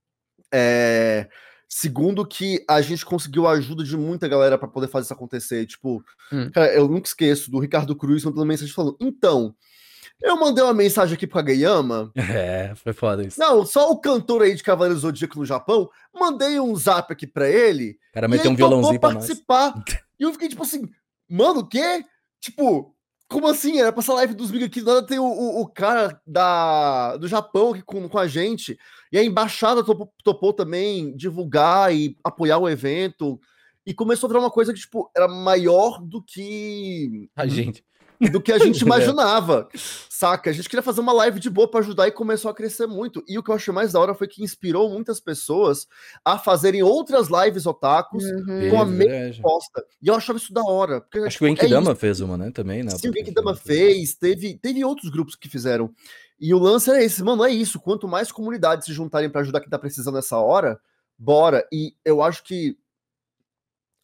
É... Segundo que a gente conseguiu a ajuda de muita galera pra poder fazer isso acontecer. Tipo, Hum. cara, eu nunca esqueço do Ricardo Cruz mandando mensagem falando, então, eu mandei uma mensagem aqui pra Gayama. É, foi foda isso. Não, só o cantor aí de Cavaleiro Zodíaco no Japão, mandei um zap aqui pra ele. O cara e meteu ele um violãozinho topou pra nós. participar. E eu fiquei tipo assim, mano, o quê? Tipo, como assim? Era pra essa live dos Big aqui, do nada tem o, o, o cara da, do Japão aqui com, com a gente. E a embaixada topou, topou também divulgar e apoiar o evento. E começou a virar uma coisa que, tipo, era maior do que A gente. do que a gente imaginava, saca? A gente queria fazer uma live de boa pra ajudar e começou a crescer muito. E o que eu achei mais da hora foi que inspirou muitas pessoas a fazerem outras lives otakus Uhum. com a Teve, mesma verdade. resposta. E eu achava isso da hora. Porque, Acho tipo, que o é Enkidama isso. fez uma, né? Também, né? Sim, o Genkidama fez, teve, teve outros grupos que fizeram. E o lance era esse, mano, é isso. Quanto mais comunidades se juntarem pra ajudar quem tá precisando nessa hora, bora. E eu acho que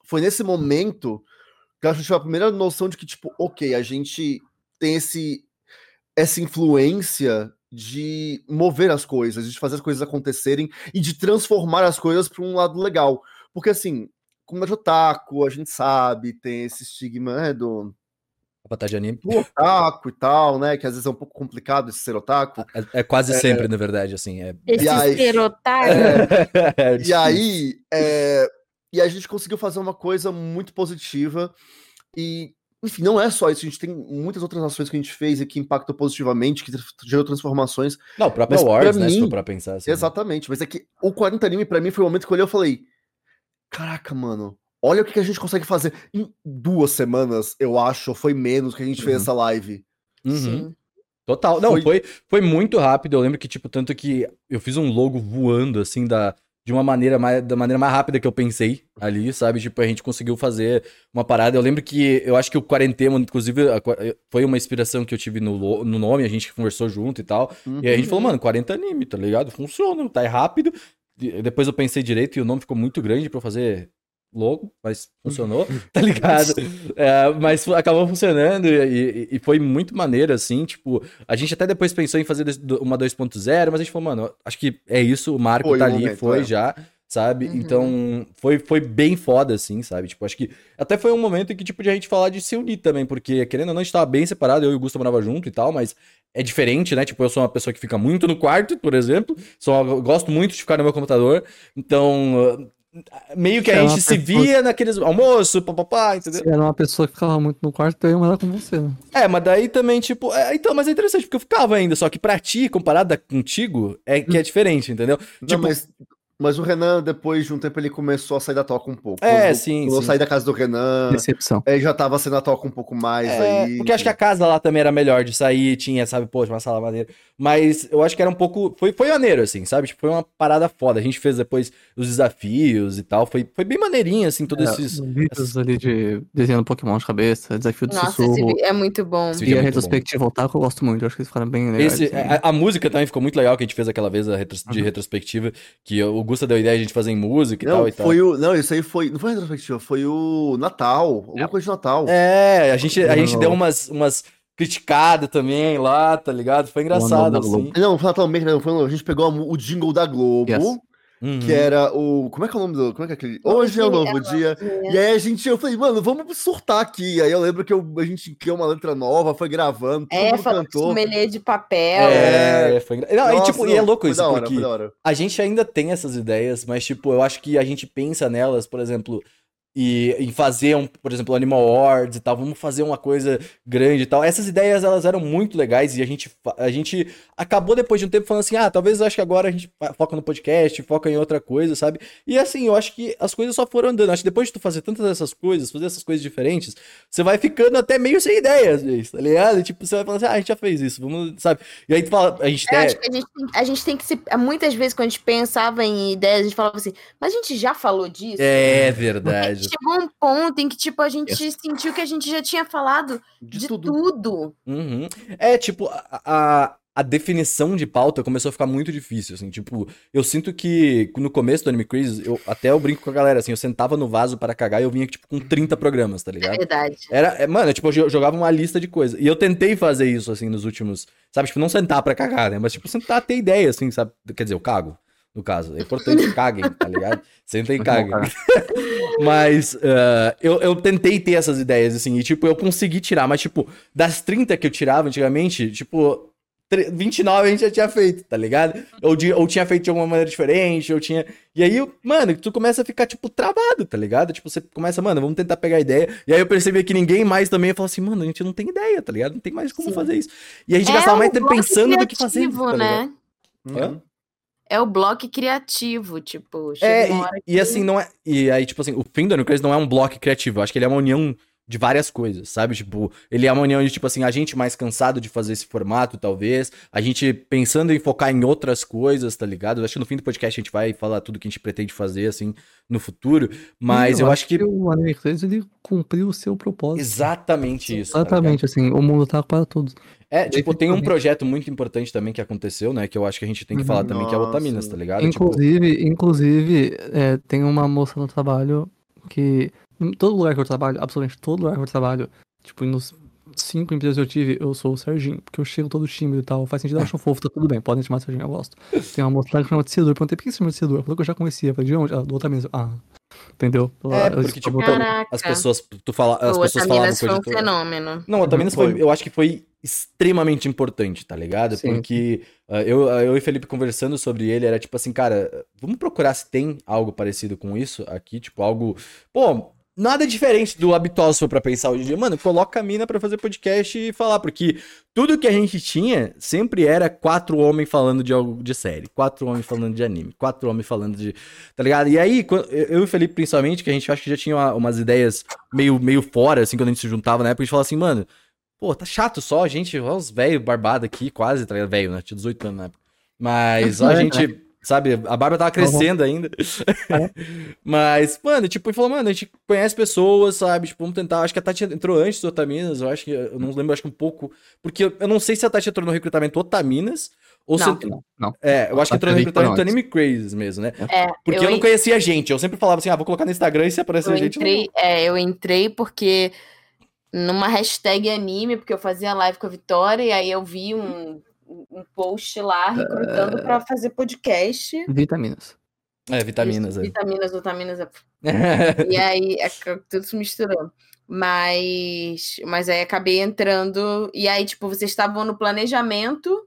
foi nesse momento que eu acho que tive a primeira noção de que, tipo, ok, a gente tem esse, essa influência de mover as coisas, de fazer as coisas acontecerem e de transformar as coisas para um lado legal. Porque, assim, como é de otaku, a gente sabe, tem esse estigma, né, do... Avatar de anime. do otaku e tal, né, que às vezes é um pouco complicado esse ser otaku. É, é quase é... sempre, na verdade, assim. É... Esse aí, ser otaku? É, é e aí, é, e a gente conseguiu fazer uma coisa muito positiva e... Enfim, não é só isso, a gente tem muitas outras ações que a gente fez e que impactam positivamente, que gerou transformações. Não, o próprio Awards, né, mim, se for pra pensar assim. Exatamente, mas é que o quarenta Anime pra mim foi o momento que eu olhei e falei, caraca, mano, olha o que a gente consegue fazer. Em duas semanas, eu acho, foi menos que a gente uhum. fez essa live. Uhum. Sim. Total, não, foi... foi, foi muito rápido, eu lembro que, tipo, tanto que eu fiz um logo voando, assim, da... de uma maneira mais, da maneira mais rápida que eu pensei ali, sabe? Tipo, a gente conseguiu fazer uma parada. Eu lembro que, eu acho que o Quarentema, inclusive, foi uma inspiração que eu tive no, no nome, a gente conversou junto e tal. Uhum. E aí a gente falou, mano, quarenta anime, tá ligado? Funciona, tá, é rápido. Depois eu pensei direito e o nome ficou muito grande pra eu fazer logo, mas funcionou, tá ligado? É, mas acabou funcionando e, e foi muito maneiro, assim, tipo, a gente até depois pensou em fazer uma dois ponto zero, mas a gente falou, mano, acho que é isso, o Marco foi tá ali, momento, foi é. já, sabe? Uhum. Então, foi, foi bem foda, assim, sabe? Tipo, acho que até foi um momento em que, tipo, de a gente falar de se unir também, porque, querendo ou não, a gente tava bem separado, eu e o Gustavo morava junto e tal, mas é diferente, né? Tipo, eu sou uma pessoa que fica muito no quarto, por exemplo, sou, eu gosto muito de ficar no meu computador, então... meio que a gente se pessoa... via naqueles almoço, papapá, entendeu? Se era uma pessoa que ficava muito no quarto, eu ia morar com você, né? É, mas daí também, tipo... É, então, mas é interessante, porque eu ficava ainda, só que pra ti, comparado contigo, é que é diferente, entendeu? Não, tipo... mas... Mas o Renan, depois de um tempo, ele começou a sair da toca um pouco. É, quando, sim, quando sim. eu saí da casa do Renan... Decepção. Ele já tava saindo da toca um pouco mais é, aí. Porque acho que a casa lá também era melhor de sair, tinha, sabe, pô, uma sala maneira. Mas eu acho que era um pouco... Foi, foi maneiro, assim, sabe? Tipo, foi uma parada foda. A gente fez depois os desafios e tal. Foi, foi bem maneirinho, assim, todos é, esses... Vídeos essas... ali de desenhando Pokémon de cabeça, desafio do Nossa, sussurro. Esse é muito bom. Esse E é a muito retrospectiva Otaku eu gosto muito. Eu acho que eles ficaram bem legais. Esse, assim. a, a música também ficou muito legal, que a gente fez aquela vez a retro, de uhum. retrospectiva, que o Gusta deu a ideia de a gente fazer em música e não, tal e foi tal. O, não, isso aí foi... Não foi a retrospectiva, foi o Natal. Alguma é. coisa de Natal. É, a gente, a gente deu umas... umas criticado também lá, tá ligado? Foi engraçado, assim. Não, foi Natal mesmo, não, foi, a gente pegou o jingle da Globo, yes. uhum. que era o... Como é que é o nome do... Como é que é aquele... Hoje é o novo é dia. dia. E aí a gente... Eu falei, mano, vamos surtar aqui. Aí eu lembro que eu, a gente criou uma letra nova, foi gravando, todo é, mundo cantou. Sommelier de papel. É, é foi engraçado. Não, Nossa, e, tipo, não, e é louco isso, hora, porque a gente ainda tem essas ideias, mas, tipo, eu acho que a gente pensa nelas, por exemplo... E, e fazer, um, por exemplo, Animal Awards e tal, vamos fazer uma coisa grande e tal. Essas ideias, elas eram muito legais e a gente, a gente acabou depois de um tempo falando assim, ah, talvez eu acho que agora a gente foca no podcast, foca em outra coisa, sabe? E assim, eu acho que as coisas só foram andando. Acho que depois de tu fazer tantas dessas coisas, fazer essas coisas diferentes, você vai ficando até meio sem ideia, às vezes, tá ligado? E, tipo, você vai falando assim, ah, a gente já fez isso, vamos, sabe? E aí tu fala, a gente é, tem... Acho que a gente, tem, a gente tem que se... Muitas vezes, quando a gente pensava em ideias, a gente falava assim, mas a gente já falou disso? É verdade. Chegou um ponto em que, tipo, a gente yes. sentiu que a gente já tinha falado de, de tudo. tudo. Uhum. É, tipo, a, a, a definição de pauta começou a ficar muito difícil, assim, tipo, eu sinto que no começo do Anime Crazy, eu, até eu brinco com a galera, assim, eu sentava no vaso para cagar e eu vinha, tipo, com trinta programas, tá ligado? É verdade. Era, é, mano, tipo, eu jogava uma lista de coisas, e eu tentei fazer isso, assim, nos últimos, sabe, tipo, não sentar pra cagar, né, mas, tipo, sentar a ter ideia, assim, sabe, quer dizer, eu cago. No caso, é importante que caguem, tá ligado? Sentem e caguem. Mas uh, eu, eu tentei ter essas ideias, assim, e tipo, eu consegui tirar, mas tipo, das trinta que eu tirava antigamente, tipo, vinte e nove a gente já tinha feito, tá ligado? Ou, de, ou tinha feito de alguma maneira diferente, ou tinha... E aí, mano, tu começa a ficar, tipo, travado, tá ligado? Tipo, você começa, mano, vamos tentar pegar a ideia. E aí eu percebi que ninguém mais também falou assim, mano, a gente não tem ideia, tá ligado? Não tem mais como Sim. fazer isso. E a gente é gastava mais tempo pensando do que fazer, tá né? Hã? É o bloco criativo, tipo, chega é, uma e, hora que... e assim, não é... E aí, tipo assim, o fim do Anime Crazy não é um bloco criativo, eu acho que ele é uma união de várias coisas, sabe? Tipo, ele é uma união de, tipo assim, a gente mais cansado de fazer esse formato, talvez, a gente pensando em focar em outras coisas, tá ligado? Eu acho que no fim do podcast a gente vai falar tudo que a gente pretende fazer, assim, no futuro, mas eu, eu acho que... que... o Anime Crazy, ele cumpriu o seu propósito. Exatamente isso. Exatamente, tá assim, o mundo tá para todos. É, tipo, tem um projeto muito importante também que aconteceu, né? Que eu acho que a gente tem que falar uhum. também, que é o Otaminas, tá ligado? Inclusive, tipo... inclusive é, tem uma moça no trabalho que Em todo lugar que eu trabalho, absolutamente todo lugar que eu trabalho, tipo, nos cinco empresas que eu tive, eu sou o Serginho, porque eu chego todo tímido e tal, faz sentido, eu acho fofo, tá tudo bem, podem chamar de Serginho, eu gosto. Tem uma moça lá que chama de Cedor, eu perguntei, por que você chama de Cedor? Ela falou que eu já conhecia, eu falei, de onde? Ah, do outra mesa. Ah, entendeu? É, Eu- porque, tipo, Caraca. as pessoas, tu fala, as O pessoas falavam Otaminas com o foi um editor. fenômeno. Não, o Otaminas foi, Foi. eu acho que foi extremamente importante, tá ligado? Sim. Porque uh, eu, eu e Felipe conversando sobre ele, era tipo assim, cara, vamos procurar se tem algo parecido com isso aqui, tipo, algo. Pô, nada diferente do habitual, se for pra pensar hoje em dia. Mano, coloca a mina pra fazer podcast e falar, porque tudo que a gente tinha sempre era quatro homens falando de algo de série, quatro homens falando de anime, quatro homens falando de. Tá ligado? E aí, quando- eu e o Felipe, principalmente, que a gente acho que já tinha uma- umas ideias meio, meio fora, assim, quando a gente se juntava na época, a gente falava assim, mano. Pô, tá chato só, a gente, ó, os velhos barbados aqui, quase, tá ligado? Velho, né? Tinha dezoito anos na época. Mas, ó, a gente, sabe, a barba tava crescendo ainda. Mas, mano, tipo, ele falou, mano, a gente conhece pessoas, sabe? Tipo, vamos tentar. Acho que a Tati entrou antes do Otaminas, eu acho que, eu não lembro, acho que um pouco. Porque eu, eu não sei se a Tati entrou no recrutamento Otaminas ou Não. se. Não, não. É, eu acho que entrou no Acredito que recrutamento não, Anime Crazy mesmo, né? É, Porque eu, não conhecia a gente, eu sempre falava assim, ah, vou colocar no Instagram e se aparecer eu gente. entrei, é, eu entrei porque numa hashtag anime, porque eu fazia live com a Vitória, e aí eu vi um, um post lá recrutando pra fazer podcast. Vitaminas. É, vitaminas, Isso, é. Vitaminas, vitaminas. é- E aí é, que tudo se misturou. Mas, mas aí acabei entrando. E aí, tipo, vocês estavam no planejamento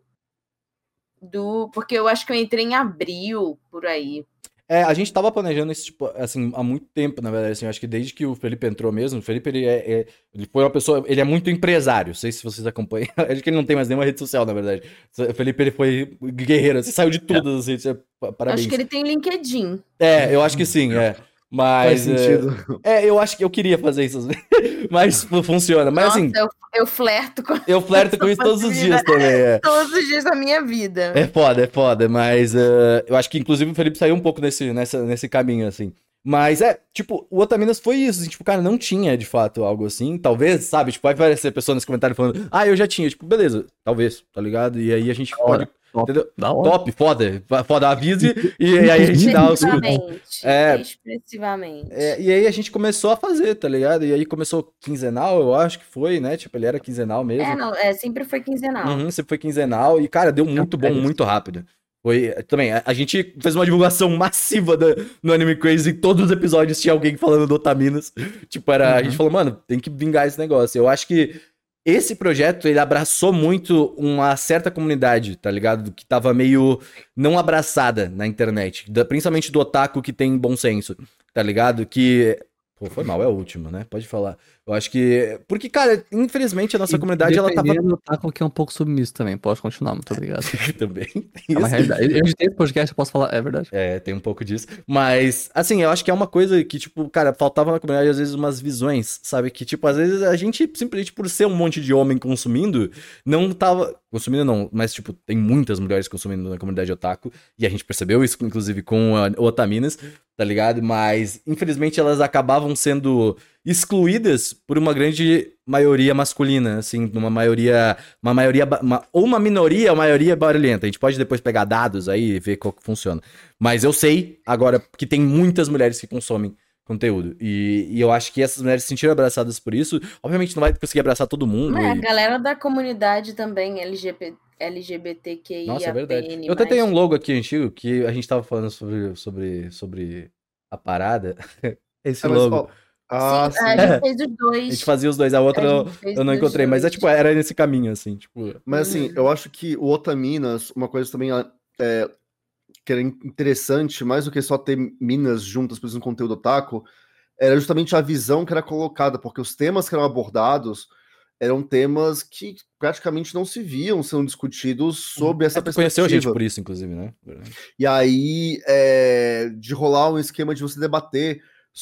do. Porque eu acho que eu entrei em abril, por aí. É, a gente tava planejando isso, tipo, assim, há muito tempo, na verdade, assim, eu acho que desde que o Felipe entrou mesmo, o Felipe, ele é, é- ele foi uma pessoa, ele é muito empresário, não sei se vocês acompanham, acho que ele não tem mais nenhuma rede social, na verdade, o Felipe, ele foi guerreiro, você saiu de todas as redes, é, parabéns. Acho que ele tem LinkedIn. É, eu acho que sim, é, mas... Faz é, sentido. É, eu acho que eu queria fazer isso, mas funciona, mas Nossa, assim, eu, eu flerto com eu flerto com isso todos os dias também, é. todos os dias da minha vida. É foda, é foda, mas eh, eu acho que inclusive o Felipe saiu um pouco nesse, nessa, nesse caminho, assim. Mas é, tipo, o Otaminas foi isso, assim, tipo, cara, não tinha de fato algo assim. Talvez, sabe, tipo, vai aparecer pessoa nesse comentário falando, ah, eu já tinha, tipo, beleza, talvez, tá ligado? E aí a gente pode. Top. Entendeu? Da hora. Top, foda, foda, avise, e aí a gente dá os. Expressivamente. É. Expressivamente. É, e aí a gente começou a fazer, tá ligado? E aí começou quinzenal, eu acho que foi, né? Tipo, ele era quinzenal mesmo. É, não, é, sempre foi quinzenal. Uhum, sempre foi quinzenal e, cara, deu muito bom, muito rápido. Foi, também, a, a gente fez uma divulgação massiva da, no Anime Crazy, em todos os episódios tinha alguém falando do Otaminas. Tipo, era, a gente falou, mano, tem que vingar esse negócio. Eu acho que esse projeto, ele abraçou muito uma certa comunidade, tá ligado? Que tava meio não abraçada na internet, da- principalmente do otaku que tem bom senso, tá ligado? Que... Pô, foi mal, é o último, né? Pode falar. Eu acho que... Porque, cara, infelizmente a nossa E comunidade, ela tava... dependendo, tá com que é um pouco submisso também. Pode continuar, muito obrigado. Também. É uma realidade. Eu editei esse podcast, eu posso falar, é verdade. É, tem um pouco disso. Mas, assim, eu acho que é uma coisa que, tipo, cara, faltava na comunidade, às vezes, umas visões, sabe? Que, tipo, às vezes a gente, simplesmente por ser um monte de homem consumindo, não tava... Consumindo não, mas, tipo, tem muitas mulheres consumindo na comunidade otaku, e a gente percebeu isso, inclusive, com a Otaminas, tá ligado? Mas, infelizmente, elas acabavam sendo excluídas por uma grande maioria masculina, assim, uma maioria, uma maioria, ba- uma- ou uma minoria, ou maioria barulhenta. A gente pode depois pegar dados aí e ver qual que funciona. Mas eu sei, agora, que tem muitas mulheres que consomem conteúdo. E, e eu acho que essas mulheres se sentiram abraçadas por isso. Obviamente não vai conseguir abraçar todo mundo. Mas a e- galera da comunidade também, L G B L G B T Q I A P N+. Nossa, é verdade. Eu até tenho um logo aqui antigo que a gente tava falando sobre, sobre, sobre a parada. Esse É, mas, logo. ó, ah, Sim, sim. a gente É. fez os A dois. gente fazia os dois, a outra A eu, gente fez eu não dos encontrei, mas é dois. tipo, era nesse caminho, assim, tipo. Mas assim, eu acho que o Otaminas, uma coisa também é, que era interessante, mais do que só ter minas juntas produzindo conteúdo otaku, era justamente a visão que era colocada, porque os temas que eram abordados eram temas que praticamente não se viam sendo discutidos sob essa É, tu conheceu a gente perspectiva. por isso, inclusive, né? E aí, é, de rolar um esquema de você debater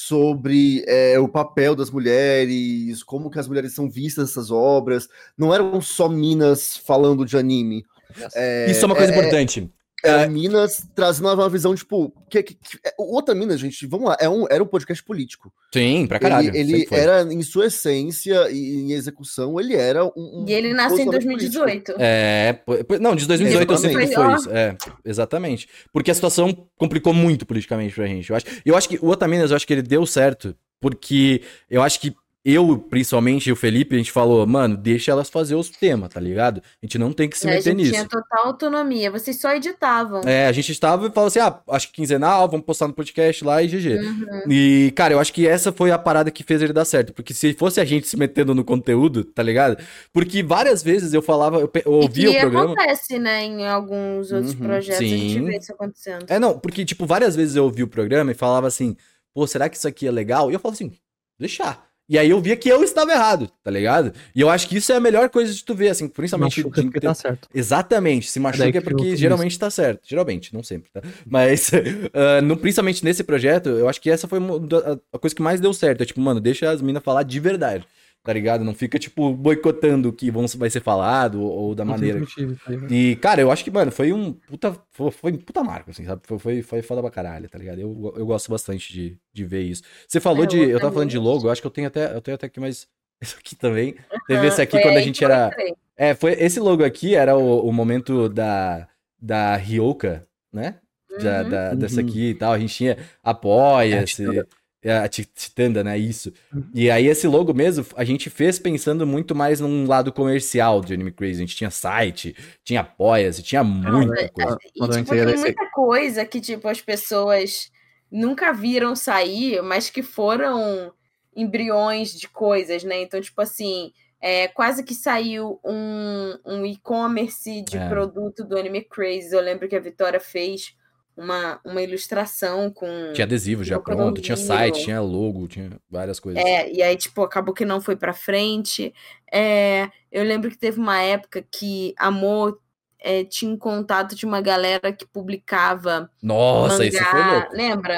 sobre é, o papel das mulheres, como que as mulheres são vistas nessas obras. Não eram só minas falando de anime. É, Isso é uma coisa é, importante. Eram É. minas trazendo uma visão, tipo... Que, que, que, é, o Outra Minas, gente, vamos lá, é um, era um podcast político. Sim, pra caralho. Ele, ele sempre foi. era, em sua essência e em execução, ele era um... um E ele nasceu em posicionamento dois mil e político. dezoito. É, pô- pô- não, de dois mil e dezoito eu sempre Exatamente. foi isso. É, exatamente. Porque a situação complicou muito politicamente pra gente. Eu acho, eu acho que o Otaminas, eu acho que ele deu certo Porque eu acho que eu, principalmente, e o Felipe, a gente falou, mano, deixa elas fazer os temas, tá ligado? A gente não tem que se É, a meter gente nisso. tinha total autonomia, vocês só editavam. É, a gente estava e falou assim, ah, acho que quinzenal, vamos postar no podcast lá e G G. Uhum. E, cara, eu acho que essa foi a parada que fez ele dar certo. Porque se fosse a gente se metendo no conteúdo, tá ligado? Porque várias vezes eu falava, eu, pe- eu ouvia e o que programa... acontece, né, em alguns outros Uhum. projetos, a gente Sim. vê isso acontecendo. É, não, porque, tipo, várias vezes eu ouvi o programa e falava assim, pô, será que isso aqui é legal? E eu falava assim, deixar. E aí eu via que eu estava errado, tá ligado? E eu acho que isso é a melhor coisa de tu ver, assim, principalmente... Machuca de porque ter- tá certo. Exatamente, se machuca Daí é que porque eu- geralmente tá certo. Geralmente, não sempre, tá? Mas, ah, no, principalmente nesse projeto, eu acho que essa foi uma da- a coisa que mais deu certo. É tipo, mano, deixa as minas falar de verdade, tá ligado? Não fica, tipo, boicotando o que vão, vai ser falado ou, ou da Não tem maneira. motivo, tá ligado? E, cara, eu acho que, mano, foi um puta. Foi, foi um puta marco, assim, sabe? Foi, foi, foi foda pra caralho, tá ligado? Eu, eu gosto bastante de, de ver isso. Você falou É, de. eu Eu tava falando de também. logo, eu acho que eu tenho até, eu tenho até aqui mais. Isso aqui também. Teve esse aqui Foi quando a aí gente que eu era. entrei. É, foi esse logo aqui era o, o momento da, da Ryoka, né? Da, Uhum. da- dessa Uhum. aqui e tal. A gente tinha Apoia-se, Titanda. é, a Ti- Titanda, né? Isso. Uhum. E aí esse logo mesmo, a gente fez pensando muito mais num lado comercial de Anime Crazy. A gente tinha site, tinha Apoia-se, tinha muita coisa. E, Quando eu tipo, entrei, tem era esse- muita coisa que, tipo, as pessoas nunca viram sair, mas que foram embriões de coisas, né? Então, tipo assim, é, quase que saiu um, um e-commerce de É. produto do Anime Crazy. Eu lembro que a Vitória fez uma, uma ilustração com... Tinha adesivo já Boku no pronto, tinha Hero. site, tinha logo, tinha várias coisas. É, e aí, tipo, acabou que não foi pra frente. É, eu lembro que teve uma época que Amor é, tinha um contato de uma galera que publicava Nossa, mangá, esse foi louco. lembra?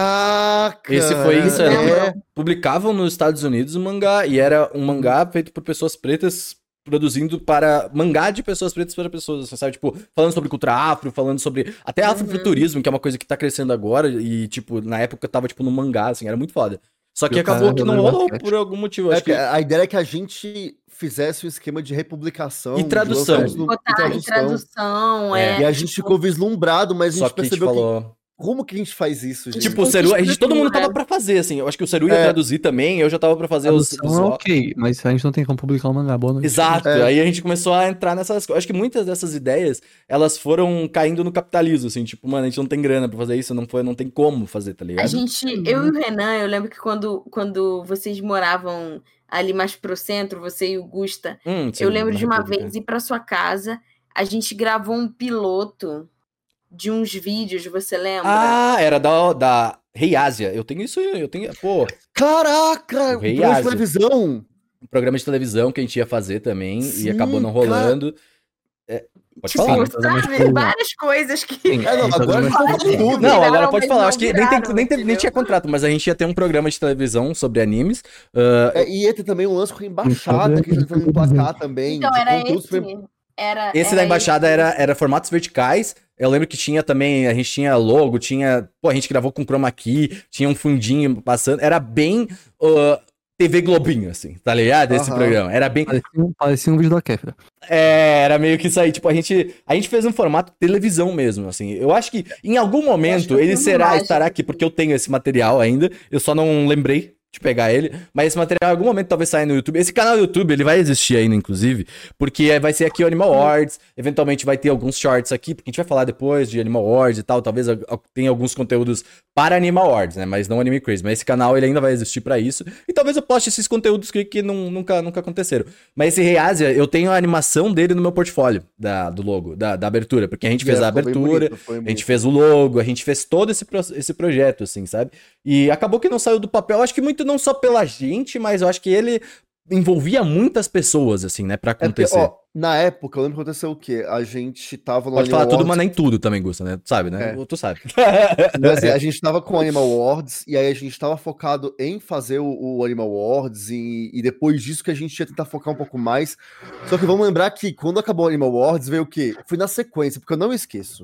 Caraca! Esse foi isso, é. era, publicavam nos Estados Unidos um mangá, e era um mangá feito por pessoas pretas, produzindo para, mangá de pessoas pretas para pessoas, assim, sabe, tipo, falando sobre cultura afro, falando sobre, até afrofuturismo, que é uma coisa que tá crescendo agora, e, tipo, na época tava, tipo, no mangá, assim, era muito foda. Só que E o acabou cara que não jogando rolou basquete. por algum motivo, É, acho que... A ideia é que a gente fizesse um esquema de republicação. E de tradução. lançarmos no- Botar e em tradução. tradução, é. E a gente ficou vislumbrado, mas a Só gente que a gente percebeu que, falou... como que a gente faz isso, gente? Tipo, o Seru, a gente, todo mundo estrutura. tava pra fazer, assim, eu acho que o Seru ia É. traduzir também, eu já tava pra fazer os Tradução é visual. ok, mas a gente não tem como publicar um mangá, boa noite. Exato, É. aí a gente começou a entrar nessas coisas. Acho que muitas dessas ideias, elas foram caindo no capitalismo, assim, tipo, mano, a gente não tem grana pra fazer isso, não, foi, não tem como fazer, tá ligado? A gente, eu e o Renan, eu lembro que quando, quando vocês moravam ali mais pro centro, você e o Gusta, Hum, sim, eu lembro na de uma República. vez ir pra sua casa, a gente gravou um piloto de uns vídeos, você lembra? Ah, era da, da Rei Ásia, eu tenho isso, eu tenho, pô, Caraca! O Rei programa de Ásia. televisão! um programa de televisão que a gente ia fazer também, Sim, e acabou não rolando. É, pode tipo, falar. Sim, totalmente sabe? coisa. Várias coisas que... Sim, É, não, a gente agora a gente tá tá falando tudo. Não, agora viraram, pode mas falar, não acho que nem, tem, viraram, nem, teve- nem entendeu? tinha contrato, mas a gente ia ter um programa de televisão sobre animes. ah, É, e ia ter também um lance com a embaixada, que a gente tá tentando emplacar também. Então, de era conteúdos esse. pra- Era, Esse era da embaixada esse. era, era formatos verticais. Eu lembro que tinha também, a gente tinha logo, tinha. Pô, a gente gravou com chroma key, tinha um fundinho passando. Era bem uh, T V Globinho, assim, tá ligado? Esse Aham. programa. Era bem. Parecia, um- parecia um vídeo da Kéfera. É, era meio que isso aí. Tipo, a gente, a gente fez um formato televisão mesmo, assim. Eu acho que em algum acho que momento eu ele tenho será, imagem. estará aqui, porque eu tenho esse material ainda. Eu só não lembrei de pegar ele. Mas esse material em algum momento talvez saia no YouTube. Esse canal do YouTube, ele vai existir ainda, inclusive. Porque vai ser aqui o Animal Awards. Eventualmente vai ter alguns shorts aqui, porque a gente vai falar depois de Animal Awards e tal. Talvez a- a- tenha alguns conteúdos para Animal Awards, né? Mas não Anime Crazy. Mas esse canal, ele ainda vai existir pra isso. E talvez eu poste esses conteúdos que, que não- nunca, nunca aconteceram. Mas esse Rei Ásia, eu tenho a animação dele no meu portfólio, da, do logo, da, da abertura. Porque a gente fez É, a ficou bem abertura, bonito, foi a gente bonito. fez o logo, a gente fez todo esse, pro- esse projeto, assim, sabe? E acabou que não saiu do papel, acho que muito não só pela gente, mas eu acho que ele envolvia muitas pessoas, assim, né, pra É porque, acontecer. ó, na época, eu lembro que aconteceu o quê? A gente tava no Pode falar Animal tudo, mas Awards, nem tudo também, Gusta, né? Tu sabe, né? É. Tu sabe. mas, assim, a gente tava com o Animal Awards, e aí a gente tava focado em fazer o, o Animal Awards, e, e depois disso que a gente ia tentar focar um pouco mais. Só que vamos lembrar que quando acabou o Animal Awards, veio o quê? Foi na sequência, porque eu não esqueço.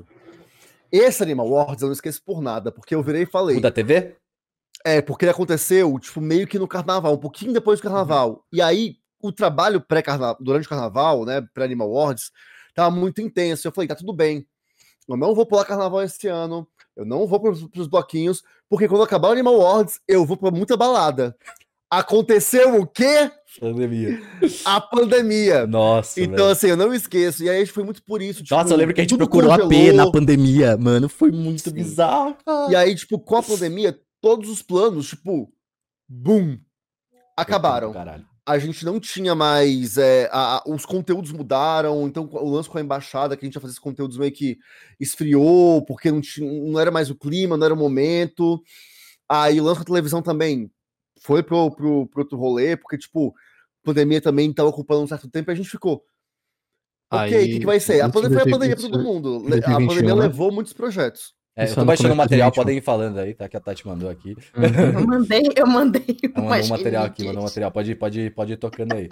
Esse Animal Awards eu não esqueço por nada, porque eu virei e falei. O da T V? É, porque ele aconteceu, tipo, meio que no carnaval, um pouquinho depois do carnaval. E aí, o trabalho pré-carnaval, durante o carnaval, né, pré-Animal Awards, tava muito intenso. Eu falei, tá tudo bem. Eu não vou pular carnaval esse ano, eu não vou pros, pros bloquinhos, porque quando acabar o Animal Awards, eu vou pra muita balada. Aconteceu o quê? Pandemia. A pandemia. Nossa, Então, velho. assim, eu não esqueço. E aí a gente foi muito por isso. Tipo, Nossa, eu lembro que a gente tudo procurou A P congelou. na pandemia, mano. Foi muito Sim. bizarro, cara. E aí, tipo, com a pandemia, todos os planos, tipo, boom, acabaram. Caralho. A gente não tinha mais. É, a- a- os conteúdos mudaram, então o lance com a embaixada, que a gente ia fazer esses conteúdos meio que esfriou, porque não, tinha, não era mais o clima, não era o momento. Aí o lance com a televisão também foi pro, pro, pro outro rolê, porque, tipo, a pandemia também estava ocupando um certo tempo e a gente ficou. Ok, o Aí, que, que vai ser? A isso pandemia foi a em pandemia pra todo dois mil mundo. e Le- A vinte e um, pandemia né? levou muitos projetos. É, eu Isso tô é no baixando o começo de material, dois mil e vinte e um. podem ir falando aí, tá? Que a Tati mandou aqui. Uhum. Eu mandei, eu mandei Ela mandou umas um material aqui, mandou um relíquias. material. Pode, ir- pode, ir- pode ir tocando aí.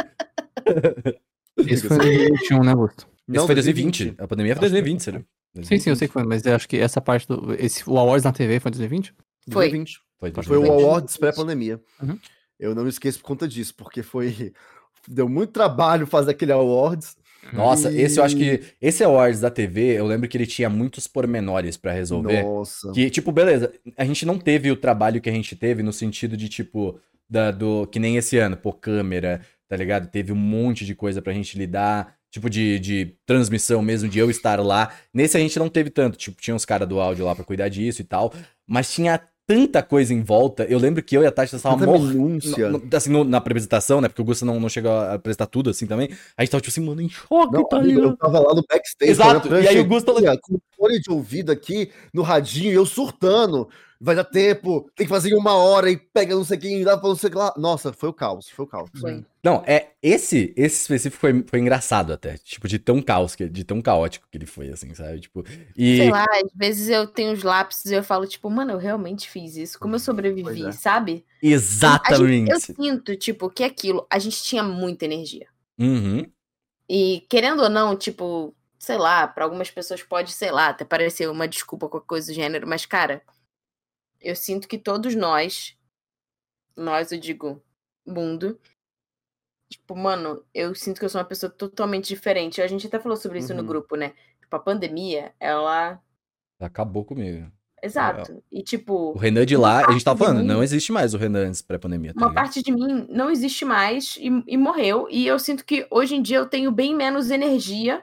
Isso foi em dois mil e vinte e um, né, Augusto? Esse foi dois mil e vinte. A pandemia foi dois mil e vinte, sério. Sim, sim, eu sei que foi, mas eu acho que essa parte do. Esse, o Awards na T V foi em dois mil e vinte? Foi. dois mil e vinte. Foi, Foi o Foi Awards dois mil e vinte. pré-pandemia. Uhum. Eu não me esqueço por conta disso, porque foi. Deu muito trabalho fazer aquele Awards. Nossa, E- esse eu acho que. Esse Awards da T V, eu lembro que ele tinha muitos pormenores pra resolver. Nossa. Que, tipo, beleza, a gente não teve o trabalho que a gente teve no sentido de, tipo, da, do. Que nem esse ano, pô, câmera, tá ligado? Teve um monte de coisa pra gente lidar. Tipo, de, de transmissão mesmo, de eu estar lá. Nesse a gente não teve tanto. Tipo, tinha uns caras do áudio lá pra cuidar disso e tal. Mas tinha tanta coisa em volta. Eu lembro que eu e a Tati estavam Tanta morrendo. minúcia. No- no- assim, no- na apresentação, né? Porque o Gusto não, não chegou a apresentar tudo assim também. A gente tava tipo assim, mano, em choque, Não, tá amigo, ligado? eu tava lá no backstage. Exato, com a e aí o Gusto falou- pranchetinha, com fone de ouvido aqui, no radinho, e eu surtando. Vai dar tempo, tem que fazer em uma hora, e pega não sei quem, dá pra não sei o que lá. Nossa, foi o caos, foi o caos. Foi. Não, é. Esse, esse específico foi, foi engraçado até. Tipo, de tão caos, que- de tão caótico que ele foi, assim, sabe? Tipo. E. Sei lá, às vezes eu tenho os lápis e eu falo, tipo, mano, eu realmente fiz isso. Como eu sobrevivi, Pois é. sabe? A Exatamente. gente- eu sinto, tipo, que aquilo, a gente tinha muita energia. Uhum. E querendo ou não, tipo, sei lá, pra algumas pessoas pode, sei lá, até parecer uma desculpa, qualquer coisa do gênero, mas, cara, eu sinto que todos nós, nós, eu digo, mundo, tipo, mano, eu sinto que eu sou uma pessoa totalmente diferente. A gente até falou sobre isso no Uhum. grupo, né? Tipo, a pandemia, ela. Acabou comigo. Exato. E, tipo. O Renan de uma lá, a gente tava parte de falando, mim- não existe mais o Renan antes pré-pandemia, tá Uma ligado? parte de mim não existe mais e, e morreu. E eu sinto que hoje em dia eu tenho bem menos energia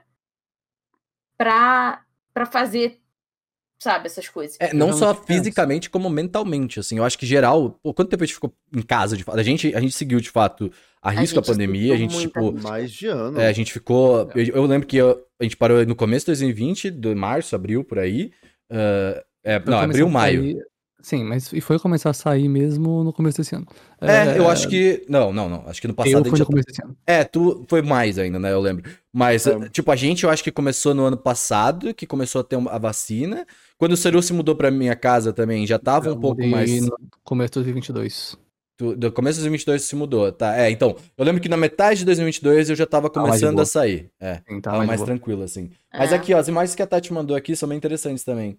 pra, pra fazer, sabe, essas coisas. É, não Eu só realmente penso. fisicamente, como mentalmente, assim. Eu acho que geral. Pô, quanto tempo a gente ficou em casa, de fato? A gente, a gente seguiu, de fato, a risco a, gente pandemia. A seguiu gente, muita tipo. Mais de ano. É, a gente ficou. Eu, eu lembro que eu- a gente parou no começo de dois mil e vinte, de março, abril, por aí. Ah, é, Foi não, começar abril, a maio. sair- Sim, mas e foi começar a sair mesmo no começo desse ano. É, eu acho que. Não, não, não. Acho que no passado Eu a fui gente já no começo desse ano. É, tu foi mais ainda, né? Eu lembro. Mas, É. tipo, a gente eu acho que começou no ano passado, que começou a ter uma- a vacina. Quando o Seru se mudou pra minha casa também, já tava Eu um pouco mudei mais. no começo de dois mil e vinte e dois. Tu- do começo de dois mil e vinte e dois se mudou, tá? É, então, eu lembro que na metade de dois mil e vinte e dois eu já tava mais de começando boa. a sair. É, Sim, tá tava mais mais de boa. tranquilo, assim. Mas É. aqui, ó, as imagens que a Tati mandou aqui são bem interessantes também.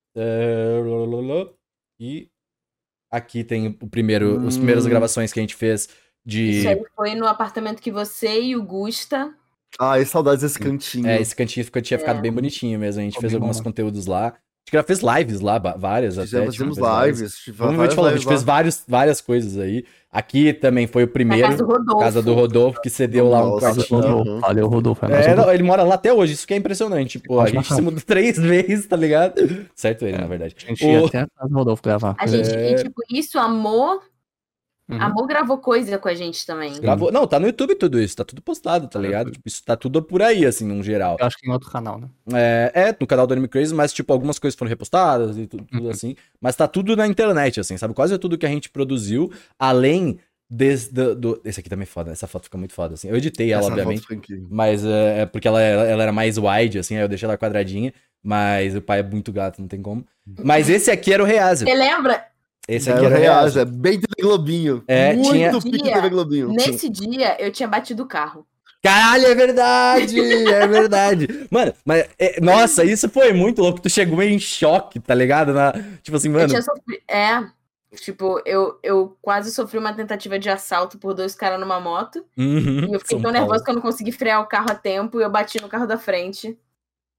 É, lololô. E aqui tem o primeiro, os primeiras Hum. gravações que a gente fez de. Isso aí foi no apartamento que você e o Gusta. Ai, saudades desse cantinho. É, esse cantinho ficou- tinha ficado É. bem bonitinho mesmo. A gente Ficou fez bem alguns bom. conteúdos lá. A gente já fez lives lá, ba- várias até. Fizemos, tipo, fizemos fez várias. lives. tive Como a gente várias falou, a lives gente fez lá. vários, várias coisas aí. Aqui também foi o Na primeiro, casa do Rodolfo. casa do Rodolfo, que cedeu lá um Nossa, quartinho. Rodolfo. Valeu, Rodolfo. É, nosso É, Rodolfo. não, ele mora lá até hoje, isso que é impressionante. Tipo, a Pode gente marcar. se mudou três vezes, tá ligado? Certo ele, na verdade. A gente ia O- até a casa do Rodolfo gravar. A gente, É. e tipo, isso, amor. Uhum. Amor gravou coisa com a gente também. Gravou... Não, tá no YouTube tudo isso, tá tudo postado, tá Tá no ligado? YouTube. Tipo, isso tá tudo por aí, assim, num geral. Eu acho que em outro canal, né? É, é, no canal do Anime Crazy, mas, tipo, algumas coisas foram repostadas e tudo, tudo Uhum. assim. Mas tá tudo na internet, assim, sabe? Quase tudo que a gente produziu, além desse, do, do- Esse aqui também é foda, essa foto fica muito foda, assim. Eu editei ela, Essa foto obviamente, foi incrível. mas é é porque ela, ela era mais wide, assim, aí eu deixei ela quadradinha, mas o pai é muito gato, não tem como. Mas esse aqui era o Rease. Você lembra? Esse Era aqui era o reais, Rease. é bem T V Globinho. É, Muito tinha- pique Dia. T V Globinho. Nesse dia, eu tinha batido o carro. Caralho, é verdade! É verdade. Mano, mas, é, nossa, isso foi muito louco. Tu chegou meio em choque, tá ligado? Na, tipo assim, Eu mano. tinha sofrido. É. Tipo, eu, eu quase sofri uma tentativa de assalto por dois caras numa moto. Uhum, E eu fiquei São tão Paulo. nervosa que eu não consegui frear o carro a tempo e eu bati no carro da frente.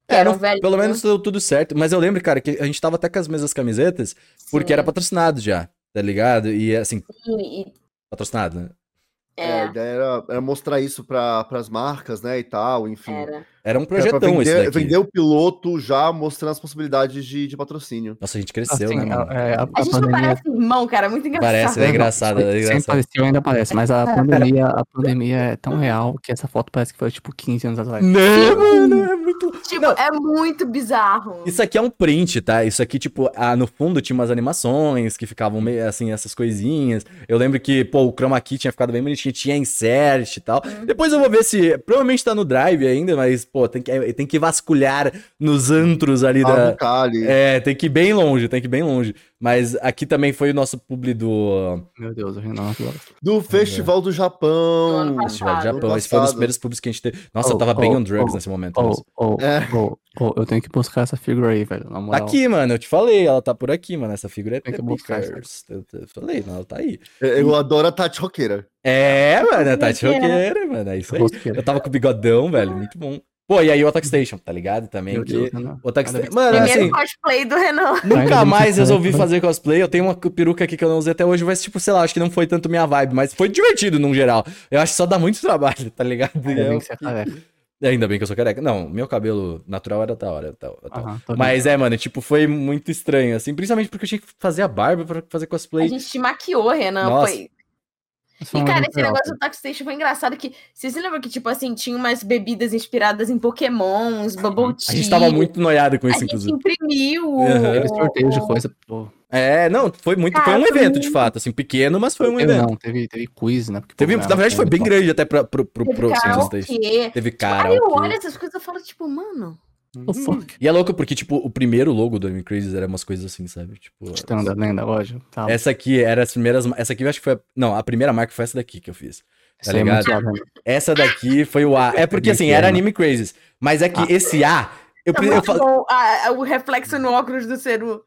que É, era não, um velho. pelo menos deu tudo certo. Mas eu lembro, cara, que a gente tava até com as mesmas camisetas, porque era patrocinado já, tá ligado? E assim, E, patrocinado, né? É, é, a ideia era, era mostrar isso para as marcas, né, e tal, enfim. era. Era um Era pra projetão esse vender, daqui. vender o piloto já mostrando as possibilidades de, de patrocínio. Nossa, a gente cresceu, Assim, né, mano? é, a, A a gente não pandemia. parece irmão, cara, muito engraçado. Parece, é Não, engraçado, é sempre- Sempre engraçado. pareceu, ainda parece, mas a pandemia, a pandemia é tão real que essa foto parece que foi tipo quinze anos atrás. Não, mano, é muito... Tipo, Não, é muito bizarro. isso aqui é um print, tá? Isso aqui, tipo, ah, no fundo tinha umas animações que ficavam meio assim, essas coisinhas. Eu lembro que, pô, o chroma key tinha ficado bem bonitinho, tinha insert e tal. Uhum. Depois eu vou ver se... Provavelmente tá no Drive ainda, mas, pô, tem que, tem que vasculhar nos antros ali Ah, da... do Cali. É, tem que ir bem longe, tem que ir bem longe. Mas aqui também foi o nosso publi do Meu Deus, o Renan agora. Do Festival do Japão. Do ano passado. Festival do Japão. Ano Esse foi um dos passado. primeiros publis que a gente teve. Nossa, eu Oh, tava bem oh, on drugs oh, nesse momento. Oh, mesmo. oh, É. oh, oh, eu tenho que buscar essa figura aí, velho. Na Tá moral. aqui, mano, eu te falei, ela tá por aqui, mano. Essa figura é Tem que Pepe buscar essa. Cars. Eu, eu falei, não, ela tá aí. Eu adoro a Tati Roqueira. É, mano, a Tati Roqueira. Roqueira, mano, é isso aí. Roqueira. Eu tava com o bigodão, velho, muito bom. Pô, e aí o Attack Station, tá ligado? Também Meu que... Deus, Renan. O Attack Ainda bem Station... que- Mano, Primeiro assim... cosplay do Renan. Ainda Nunca bem mais que- resolvi fazer cosplay. Eu tenho uma peruca aqui que eu não usei até hoje, mas, tipo, sei lá, acho que não foi tanto minha vibe, mas foi divertido num geral. Eu acho que só dá muito trabalho, tá ligado? Ainda E bem eu que você é fiquei- careca. Ainda bem que eu sou careca. Não, meu cabelo natural era da hora. Tal, tal. Aham, tô Mas é, mano, tipo, foi muito estranho, assim. Principalmente porque eu tinha que fazer a barba pra fazer A cosplay. gente te maquiou, Renan. Nossa. Foi... Isso foi E, um cara, evento esse real, negócio do Taco Station foi engraçado que... Vocês se lembram que, tipo assim, tinha umas bebidas inspiradas em Pokémons, Bubble Tea... A gente tava muito noiado com A isso, gente inclusive. imprimiu o... Aham. Teve sorteio de coisa, pô. É, não, foi muito. Cara, foi um foi evento, muito- de fato, assim, pequeno, mas foi um Teve, evento. não, teve, teve quiz, né? Porque, pô, Teve, ganhava na verdade, foi prêmio, bem pô. grande até pra, pro, pro, Teve pro Station karaokê. Station. Teve Tipo, aí cara. eu olho essas coisas e falo, tipo, mano... Oh, fuck. E é louco porque, tipo, o primeiro logo do Anime Crazy era umas coisas assim, sabe? Tipo. Titã da lenda, lógico. Tá. Essa aqui era as primeiras. Essa aqui eu acho que foi. A, não, a primeira marca foi essa daqui que eu fiz. Tá Isso aí é muito ligado? suave, né? Essa daqui foi o A. É porque assim, era Anime Crazes. Mas é que Ah. esse A. Eu, Tá eu muito falo. bom a- a- o reflexo no óculos do Ceru.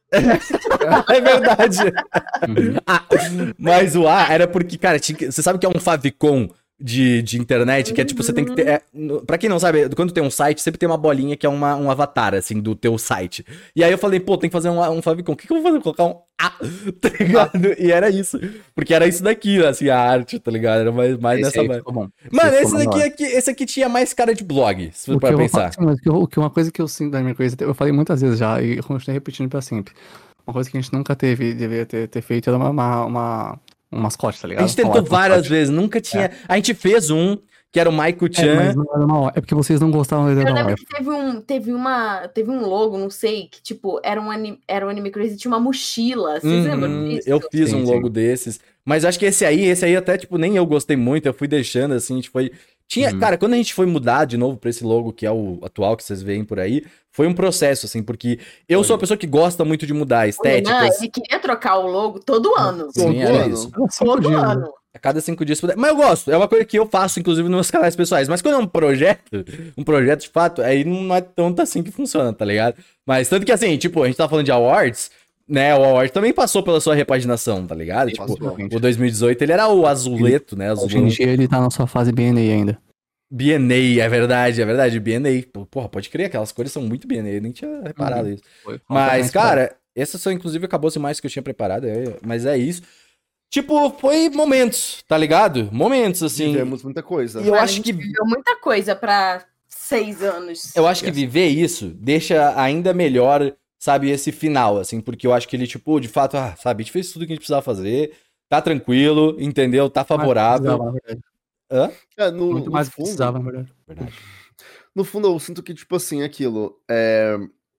É verdade. Uhum. Ah, mas o A era porque, cara, tinha que- você sabe que é um favicon de, de internet, que é tipo, você tem que ter. É, no- pra quem não sabe, quando tem um site, sempre tem uma bolinha que é uma, um avatar, assim, do teu site. E aí eu falei, pô, tem que fazer um, um favicon. O que, que eu vou fazer? Vou colocar um A, tá ligado? E era isso. Porque era isso daqui, assim, a arte, tá ligado? Era mais, mais Esse nessa aí vibe. ficou bom. Mano, aí esse ficou daqui, melhor. aqui, esse aqui tinha mais cara de blog, se for O que, pra eu, pensar. assim, mas o que eu- o que uma coisa que eu sinto da minha coisa, eu falei muitas vezes já e eu continuei repetindo pra sempre. Uma coisa que a gente nunca teve, deveria ter, ter feito era uma, uma, uma- um mascote, tá A ligado? gente tentou Uma hora de várias mascote. vezes, nunca tinha. A gente fez um, que era o Michael É, Chan. mas não era uma hora. É porque vocês não gostavam da ideia Eu da lembro hora. que teve um, teve uma, teve um logo, não sei, que tipo, era um anime, era um anime crazy, tinha uma mochila. Vocês Uhum, lembram disso? eu fiz Sim, um sim. logo desses. Mas acho que esse aí, esse aí até, tipo, nem eu gostei muito. Eu fui deixando, assim, a gente foi... Tinha, Uhum. cara, quando a gente foi mudar de novo pra esse logo, que é o atual que vocês veem por aí, foi um processo, assim, porque eu sou uma pessoa que gosta muito de mudar O Renan, estéticas. ele queria trocar o logo todo ano. Sim, Todo era ano. isso. Era cinco Todo dias, né? ano. A cada cinco dias. Mas eu gosto. É uma coisa que eu faço, inclusive, nos meus canais pessoais. Mas quando é um projeto, um projeto de fato, aí não é tanto assim que funciona, tá ligado? Mas tanto que assim, tipo, a gente tá falando de awards, né? O award também passou pela sua repaginação, tá ligado? Sim, Tipo, passou. o dois mil e dezoito ele era o azuleto, né? Hoje Azulão. em dia ele tá na sua fase B N A ainda. B N A, é verdade, é verdade. B N A. Pô, Porra, pode crer, aquelas cores são muito B N A. Eu nem tinha reparado Uhum. isso. Foi Mas, completamente cara, essas são inclusive acabou-se mais que eu tinha preparado. é- Mas é isso. Tipo, foi momentos, tá ligado? Momentos, assim. Vivemos muita coisa. E eu Mano, a acho gente que viveu muita coisa pra seis anos. Eu acho que viver isso deixa ainda melhor, sabe, esse final, assim, porque eu acho que ele, tipo, de fato, ah, sabe, a gente fez tudo que a gente precisava fazer, tá tranquilo, entendeu? Tá favorável. Mais do que precisava, na verdade. Hã? É, no, Muito no mais do que fundo, precisava, na verdade. Verdade. no fundo, eu sinto que, tipo assim, aquilo. É...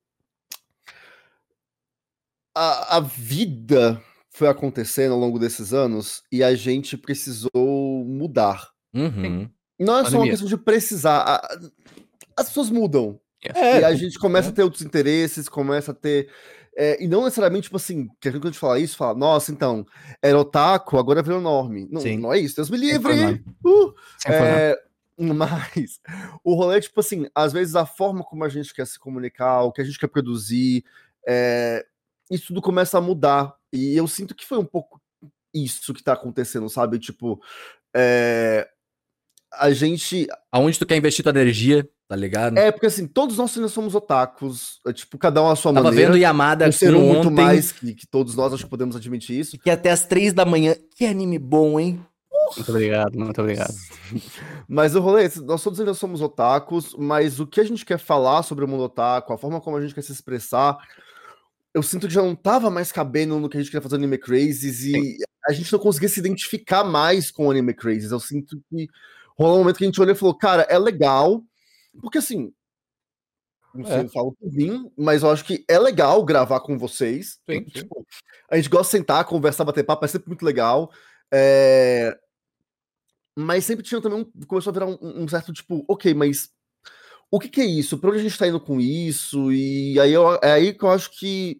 A, a vida foi acontecendo ao longo desses anos e a gente precisou mudar. Uhum. Não é só uma Pandemia. questão de precisar. a- As pessoas mudam. Yes. É, e a tu- gente começa é. a ter outros interesses, começa a ter. é, e não necessariamente, tipo assim, que a gente, quando a gente fala isso, fala, nossa, então, era otaku, agora virou norme. Não, Sim. não é isso, Deus me Sempre foi livre! Uh! Sempre foi, né? É, mas o rolê, tipo assim, às vezes a forma como a gente quer se comunicar, o que a gente quer produzir, é, isso tudo começa a mudar. E eu sinto que foi um pouco isso que tá acontecendo, sabe? Tipo, é, a gente... Aonde tu quer investir tua energia, tá ligado? É, porque assim, todos nós ainda somos otakus, é, tipo, cada um à sua Tava maneira. vendo Yamada Um ser com muito ontem, mais que, que todos nós, acho que podemos admitir isso. que até as três da manhã. Que anime bom, hein? Muito obrigado, muito obrigado. Mas o rolê é esse, nós todos ainda somos otakus, mas o que a gente quer falar sobre o mundo otaku, a forma como a gente quer se expressar, eu sinto que já não tava mais cabendo no que a gente queria fazer no Anime Crazes e a gente não conseguia se identificar mais com o Anime Crazes. Eu sinto que rolou um momento que a gente olhou e falou, cara, é legal, porque assim, não sei, É. eu falo por mim, mas eu acho que é legal gravar com vocês. Sim, sim. Tipo, a gente gosta de sentar, conversar, bater papo, é sempre muito legal. É... Mas sempre tinha também um, começou a virar um, um certo tipo, ok, mas o que, que é isso? Pra onde a gente tá indo com isso? E aí eu, é aí que eu acho que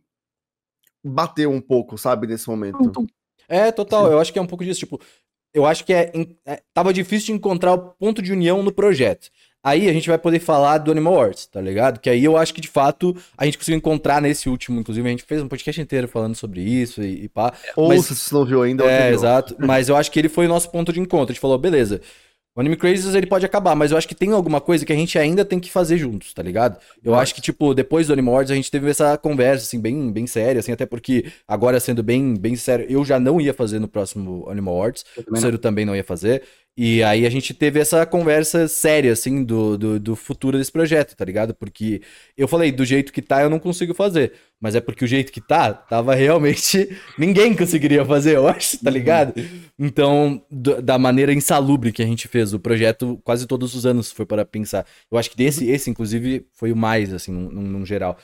bateu um pouco, sabe, nesse momento. É, total. Eu acho que é um pouco disso. Tipo, eu acho que é, é. Tava difícil de encontrar o ponto de união no projeto. Aí a gente vai poder falar do Animal Arts, tá ligado? Que aí eu acho que de fato a gente conseguiu encontrar nesse último. Inclusive, a gente fez um podcast inteiro falando sobre isso e, e pá. Ou Mas, se você não viu ainda, é, viu. exato. Mas eu acho que ele foi o nosso ponto de encontro. A gente falou, beleza. O Anime Crazes, ele pode acabar, mas eu acho que tem alguma coisa que a gente ainda tem que fazer juntos, tá ligado? Eu Nossa. acho que, tipo, depois do Animal Awards, a gente teve essa conversa, assim, bem, bem séria, assim, até porque, agora sendo bem, bem sério, eu já não ia fazer no próximo Animal Awards, o Ciro também não ia fazer, e aí a gente teve essa conversa séria, assim, do, do, do futuro desse projeto, tá ligado? Porque eu falei, do jeito que tá, eu não consigo fazer, mas é porque o jeito que tá, tava realmente... Ninguém conseguiria fazer, eu acho, tá ligado? Então, do, da maneira insalubre que a gente fez o projeto, quase todos os anos, se for para pensar. Eu acho que desse, esse, inclusive, foi o mais, assim, num, num geral.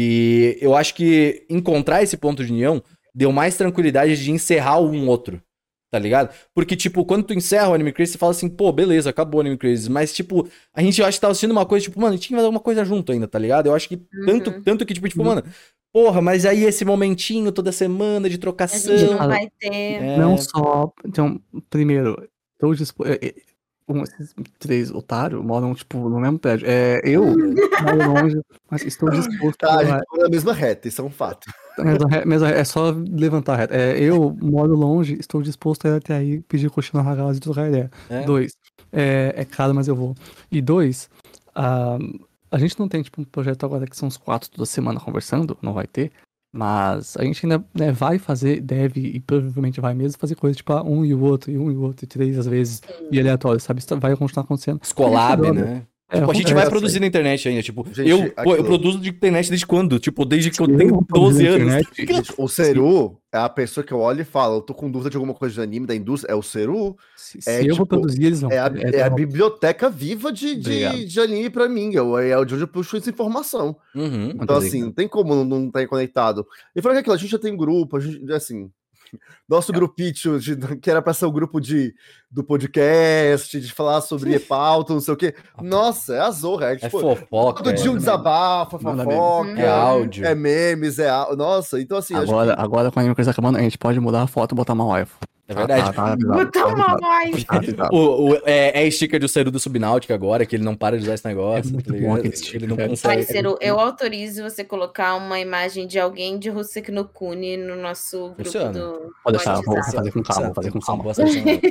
E eu acho que encontrar esse ponto de união deu mais tranquilidade de encerrar um outro, tá ligado? Porque, tipo, quando tu encerra o Anime Crazy, você fala assim, pô, beleza, acabou o Anime Crazy. Mas, tipo, a gente, eu acho que tava assistindo uma coisa, tipo, mano, a gente tinha que fazer alguma coisa junto ainda, tá ligado? Eu acho que Uhum. tanto, tanto que, tipo, tipo, mano, porra, mas aí esse momentinho toda semana de A trocação... gente não vai ter. É. Não só. Então, primeiro, estou disposto. Um, esses três otários moram, tipo, no mesmo prédio. É, eu moro longe, mas estou disposto Tá, a a. gente tá na mesma reta, isso é um fato. Mesmo, mesmo, é só levantar a reta. É, eu moro longe, estou disposto a ir até aí pedir coxinha na Hagaz e trocar ideia. É. Dois, é, é caro, mas eu vou. E dois, a, a gente não tem, tipo, um projeto agora que são os quatro toda semana conversando, não vai ter. Mas a gente ainda né, vai fazer, deve e provavelmente vai mesmo fazer coisas tipo ah, um e o outro, e um e o outro, e três às vezes, e aleatório, sabe? Isso vai continuar acontecendo. Collab, né? É, tipo, a gente é, vai é, produzir sei. na internet ainda, tipo, Gente, eu, pô, aquilo- eu produzo de internet desde quando? Tipo, desde que eu Eu tenho produzo doze na anos. internet. tá ligado? Gente, o Seru é a pessoa que eu olho e falo, eu tô com dúvida de alguma coisa de anime da indústria, é o Seru, Se, É, se eu vou tipo, produzir, eles vão. é a, é a é- biblioteca viva de, Obrigado. de, de anime pra mim, eu, é de onde eu puxo essa informação. Uhum. Então, assim, não tem como não, não estar conectado. E fora que aquilo, a gente já tem grupo, a gente, assim, nosso grupinho, de, que era pra ser o grupo de, do podcast, de falar sobre pauta, não sei o quê. Nossa, é a zorra. É, É tipo, fofoca, todo dia um é, desabafo, é Manda fofoca, é áudio. é memes, é... au- Nossa, então, assim, acho Agora, que... agora, com a minha coisa acabando, a gente pode mudar a foto e botar uma wife. É verdade. Tá, tá, tá avisado, Botar tá uma avisado, wife. tá avisado. O, o- é, é sticker do Seru do Subnáutica agora, que ele não para de usar esse negócio. É muito tá bom ligado? aquele sticker, Ele não velho. consegue. Vai ser o, eu autorizo você colocar uma imagem de alguém de Hoseki no Kuni no nosso grupo Funciona. do Pode deixar, eu vou WhatsApp. fazer com calma, vou fazer com São calma. boas personagens.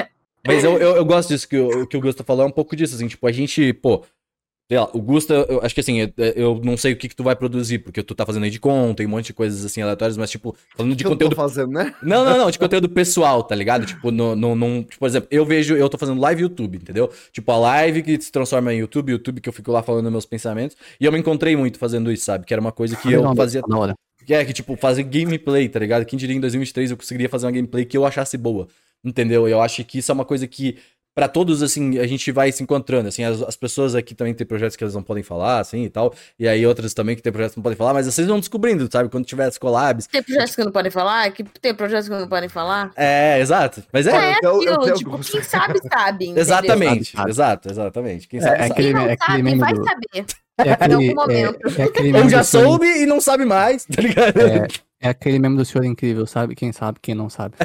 Mas eu, eu, eu gosto disso que o, que o Gusta falou, é um pouco disso, assim, tipo, a gente, pô, sei lá, o Gusta, eu acho que assim, eu, eu não sei o que, que tu vai produzir, porque tu tá fazendo aí de conta, e um monte de coisas assim aleatórias, mas tipo, falando de que eu conteúdo. tô fazendo, né? Não, não, não, de conteúdo pessoal, tá ligado? Tipo, no, no, no, tipo, por exemplo, eu vejo, eu tô fazendo live YouTube, entendeu? Tipo, a live que se transforma em YouTube, YouTube que eu fico lá falando meus pensamentos, e eu me encontrei muito fazendo isso, sabe? Que era uma coisa que eu Legal, fazia. da hora. Que é que, tipo, fazer gameplay, tá ligado? Quem diria em dois mil e vinte e três eu conseguiria fazer uma gameplay que eu achasse boa, entendeu? Eu acho que isso é uma coisa que, pra todos, assim, a gente vai se encontrando, assim, as, as pessoas aqui também têm projetos que elas não podem falar, assim, e tal, e aí outras também que têm projetos que não podem falar, mas vocês vão descobrindo, sabe? Quando tiver as collabs. Tem projetos que não podem falar? Que tem projetos que não podem falar? É, exato. Mas é... É eu tenho- eu aquilo, tenho tipo, alguns. quem sabe, sabe. entendeu? Exatamente, Sabe, sabe. exato, exatamente. Quem É, sabe, é sabe. aquele- Quem não é aquele sabe, meme vai do- saber. É aquele, algum é, momento. é aquele Ou meme já do senhor- soube e não sabe mais, tá ligado? É, é aquele meme do senhor incrível, sabe? Quem sabe, quem não sabe.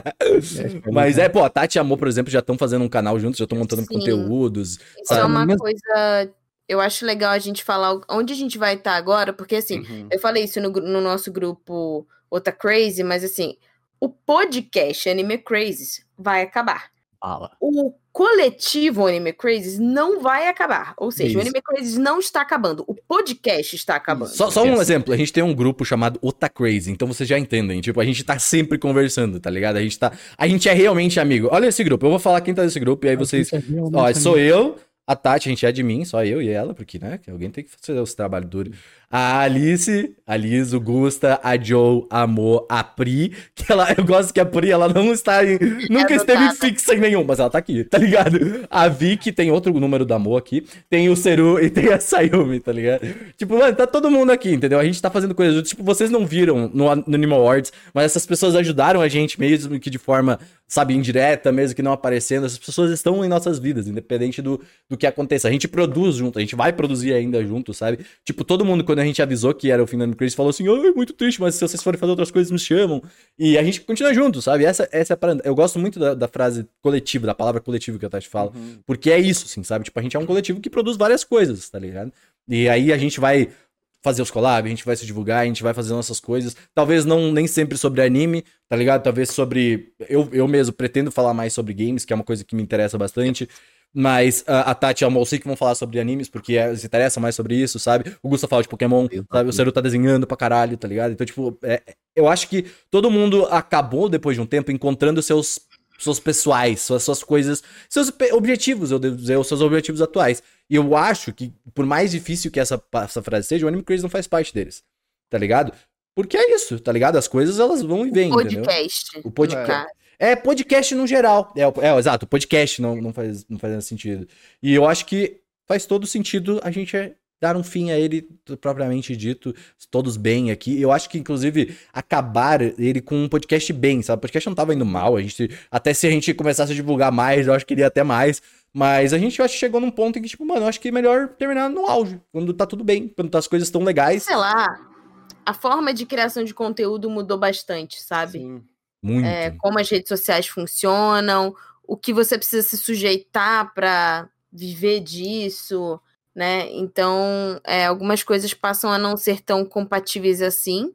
É, Mas é, pô, a Tati e a Amor, por exemplo, já estão fazendo um canal juntos, já estão montando Sim. conteúdos. Isso sabe? é uma Mesmo- coisa... Eu acho legal a gente falar onde a gente vai estar agora, porque assim, Uhum. eu falei isso no, gru- no nosso grupo Ota Crazy, mas assim, o podcast Anime Crazy vai acabar. Fala. o coletivo Anime Crazes não vai acabar. Ou seja, Isso. o Anime Crazes não está acabando. O podcast está acabando. Só, só um exemplo, a gente tem um grupo chamado Otacrazy, então vocês já entendem, tipo, a gente tá sempre conversando, tá ligado? A gente tá, a gente é realmente amigo. Olha esse grupo, eu vou falar quem tá nesse grupo e aí vocês, É realmente ó, sou amigo. eu, a Tati, a gente é de mim, só eu e ela, porque, né, que alguém tem que fazer esse trabalho duro. A Alice, a Liz, o Gusta, a Joe, a Mo, a Pri, que ela, eu gosto que a Pri, ela não está em, nunca esteve adotada. fixa em nenhum, mas ela tá aqui, tá ligado? A Vicky, tem outro número da Mo aqui, tem o Seru e tem a Sayumi, tá ligado? Tipo, mano, tá todo mundo aqui, entendeu? A gente tá fazendo coisas juntos, tipo, vocês não viram no, no Animal Awards, mas essas pessoas ajudaram a gente mesmo que de forma, sabe, indireta, mesmo que não aparecendo, essas pessoas estão em nossas vidas, independente do, do que aconteça. A gente produz junto, a gente vai produzir ainda junto, sabe? Tipo, todo mundo, quando a gente avisou que era o fim do Anime Crazy, falou assim, ai, muito triste, mas se vocês forem fazer outras coisas, me chamam. E a gente continua junto, sabe? Essa, essa é a parada. Eu gosto muito da, da frase coletiva, da palavra coletivo que a Tati fala, Uhum. porque é isso, assim, sabe? Tipo, a gente é um coletivo que produz várias coisas, tá ligado? E aí a gente vai fazer os collabs, a gente vai se divulgar, a gente vai fazer nossas coisas. Talvez não nem sempre sobre anime, tá ligado? Talvez sobre... Eu, eu mesmo pretendo falar mais sobre games, que é uma coisa que me interessa bastante. Mas a, a Tati e a Molsi que vão falar sobre animes, porque é, se interessa mais sobre isso, sabe? O Gusta fala de Pokémon, sabe? O Seru tá desenhando pra caralho, tá ligado? Então, tipo, é, eu acho que todo mundo acabou, depois de um tempo, encontrando seus, seus pessoais, suas, suas coisas, seus pe- objetivos, eu devo dizer, os seus objetivos atuais. E eu acho que, por mais difícil que essa, essa frase seja, o Anime Crazy não faz parte deles, tá ligado? Porque é isso, tá ligado? As coisas, elas vão e vêm, entendeu? Podcast. O podcast. É. É, podcast no geral. É, é exato, podcast não, não, faz, não faz sentido. E eu acho que faz todo sentido a gente é, dar um fim a ele, propriamente dito, todos bem aqui. Eu acho que, inclusive, acabar ele com um podcast bem, sabe? O podcast não tava indo mal, a gente, até se a gente começasse a divulgar mais, eu acho que iria até mais. Mas a gente, eu acho que chegou num ponto em que, tipo, mano, eu acho que é melhor terminar no auge, quando tá tudo bem, quando as coisas estão legais. Sei lá, a forma de criação de conteúdo mudou bastante, sabe? Sim. Muito. É, como as redes sociais funcionam, o que você precisa se sujeitar para viver disso, né? Então, é, algumas coisas passam a não ser tão compatíveis assim.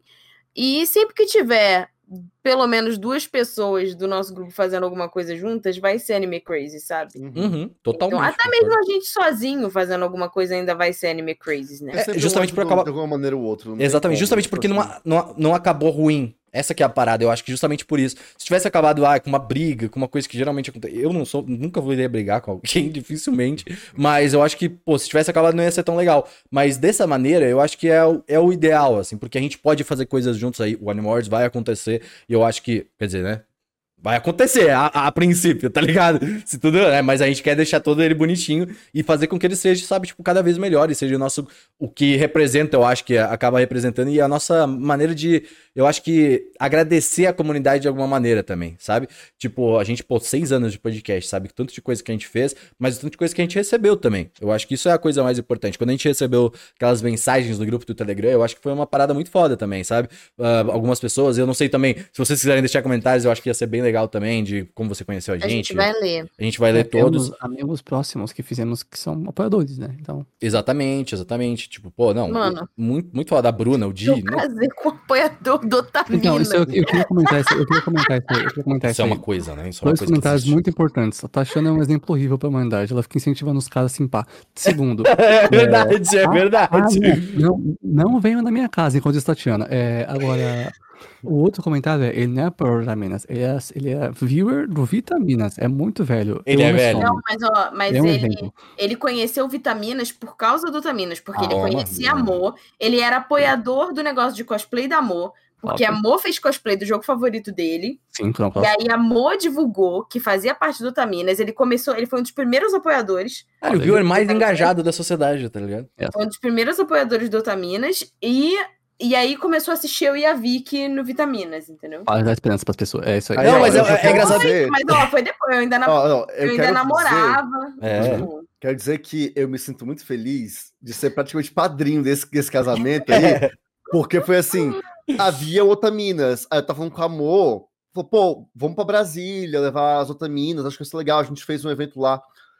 E sempre que tiver pelo menos duas pessoas do nosso grupo fazendo alguma coisa juntas, vai ser Anime Crazy, sabe? Uhum. Uhum, totalmente. Então, até concordo. mesmo a gente sozinho fazendo alguma coisa ainda vai ser Anime Crazy, né? É, sempre justamente um por ajuda acabar- de alguma maneira ou outra. não tem Exatamente, como, justamente tipo porque não, assim. a- não, a- não acabou ruim. Essa que é a parada, eu acho que justamente por isso. Se tivesse acabado ah, com uma briga, com uma coisa que geralmente acontece. Eu não sou, nunca vou ir brigar com alguém, dificilmente. Mas eu acho que, pô, se tivesse acabado não ia ser tão legal. Mas dessa maneira, eu acho que é, o- é o ideal, assim, porque a gente pode fazer coisas juntos aí. O Animal Awards vai acontecer. E eu acho que, quer dizer, né? Vai acontecer, a, a princípio, tá ligado? Se tudo, né? Mas a gente quer deixar todo ele bonitinho e fazer com que ele seja, sabe, tipo, cada vez melhor e seja o nosso, o que representa, eu acho que acaba representando e a nossa maneira de, eu acho que agradecer a comunidade de alguma maneira também, sabe? Tipo, a gente, pô, seis anos de podcast, sabe? Tanto de coisa que a gente fez, mas tanto de coisa que a gente recebeu também. Eu acho que isso é a coisa mais importante. Quando a gente recebeu aquelas mensagens do grupo do Telegram, eu acho que foi uma parada muito foda também, sabe? Uh, algumas pessoas, eu não sei também, se vocês quiserem deixar comentários, eu acho que ia ser bem legal também, de como você conheceu a gente. A gente vai ler. A gente vai ler todos. Temos amigos próximos que fizemos que são apoiadores, né? Então, Exatamente, exatamente. Tipo, pô, não. Mano. Muito, muito foda. A Bruna, o Di. Eu né? casei com o apoiador do Otamina. então isso eu, eu queria comentar isso, eu queria comentar isso, aí, eu queria comentar Isso isso é aí. uma coisa, né? Isso é uma Dois coisa que comentários existe. muito importantes. A Tatiana é um exemplo horrível pra humanidade. Ela fica incentivando os caras a se pá. Segundo. É verdade, é ah, verdade. ah, não, não, não venham na minha casa enquanto isso, Tatiana. É, agora, o outro comentário é: ele não é por Vitaminas, ele é, ele é viewer do Vitaminas. É muito velho. Ele Eu é amo esse velho. homem. Não, mas, ó, mas Ele é um ele, exemplo. ele conheceu Vitaminas por causa do Vitaminas, porque Ah, ele toma, conhecia né? Amor, ele era apoiador do negócio de cosplay da Amor, porque Óbvio. Amor fez cosplay do jogo favorito dele, Sim, pronto. e aí Amor divulgou que fazia parte do Vitaminas, ele começou, ele foi um dos primeiros apoiadores, Cara, o viewer mais engajado da sociedade, tá ligado? foi um dos primeiros apoiadores do Vitaminas, e, e aí começou a assistir eu e a Vicky no Vitaminas, entendeu? Para dar esperança pras pessoas. É isso aí. Aí, Não, ó, mas eu é- só é quero engraçado- dizer- Mas ó, foi depois, eu ainda, na- Ó, não, eu eu ainda quero namorava, É. tipo, Quero dizer que eu me sinto muito feliz de ser praticamente padrinho desse, desse casamento aí, porque foi assim, havia Otaminas, aí eu tava falando com o Amor, falou, pô, vamos pra Brasília, levar as Otaminas, acho que vai ser legal, a gente fez um evento lá,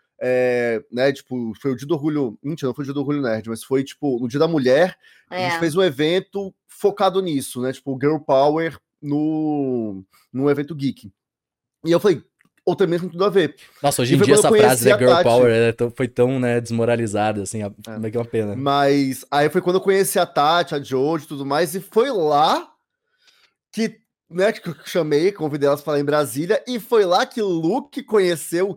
é, né, tipo, foi o dia do orgulho, mentira, não foi o dia do orgulho nerd, mas foi, tipo, no dia da mulher, a gente é. fez um evento focado nisso, né, tipo, Girl Power no, no evento geek. E eu falei, ou também tem tudo a ver. Nossa, hoje E em foi dia quando essa eu frase conheci da a Girl Tati. Power é, tão- foi tão, né, desmoralizada, assim, a- É. como é que é uma pena. Mas aí foi quando eu conheci a Tati, a Jojo e tudo mais, e foi lá que, né, que eu chamei, convidei elas para lá em Brasília, e foi lá que o Luke conheceu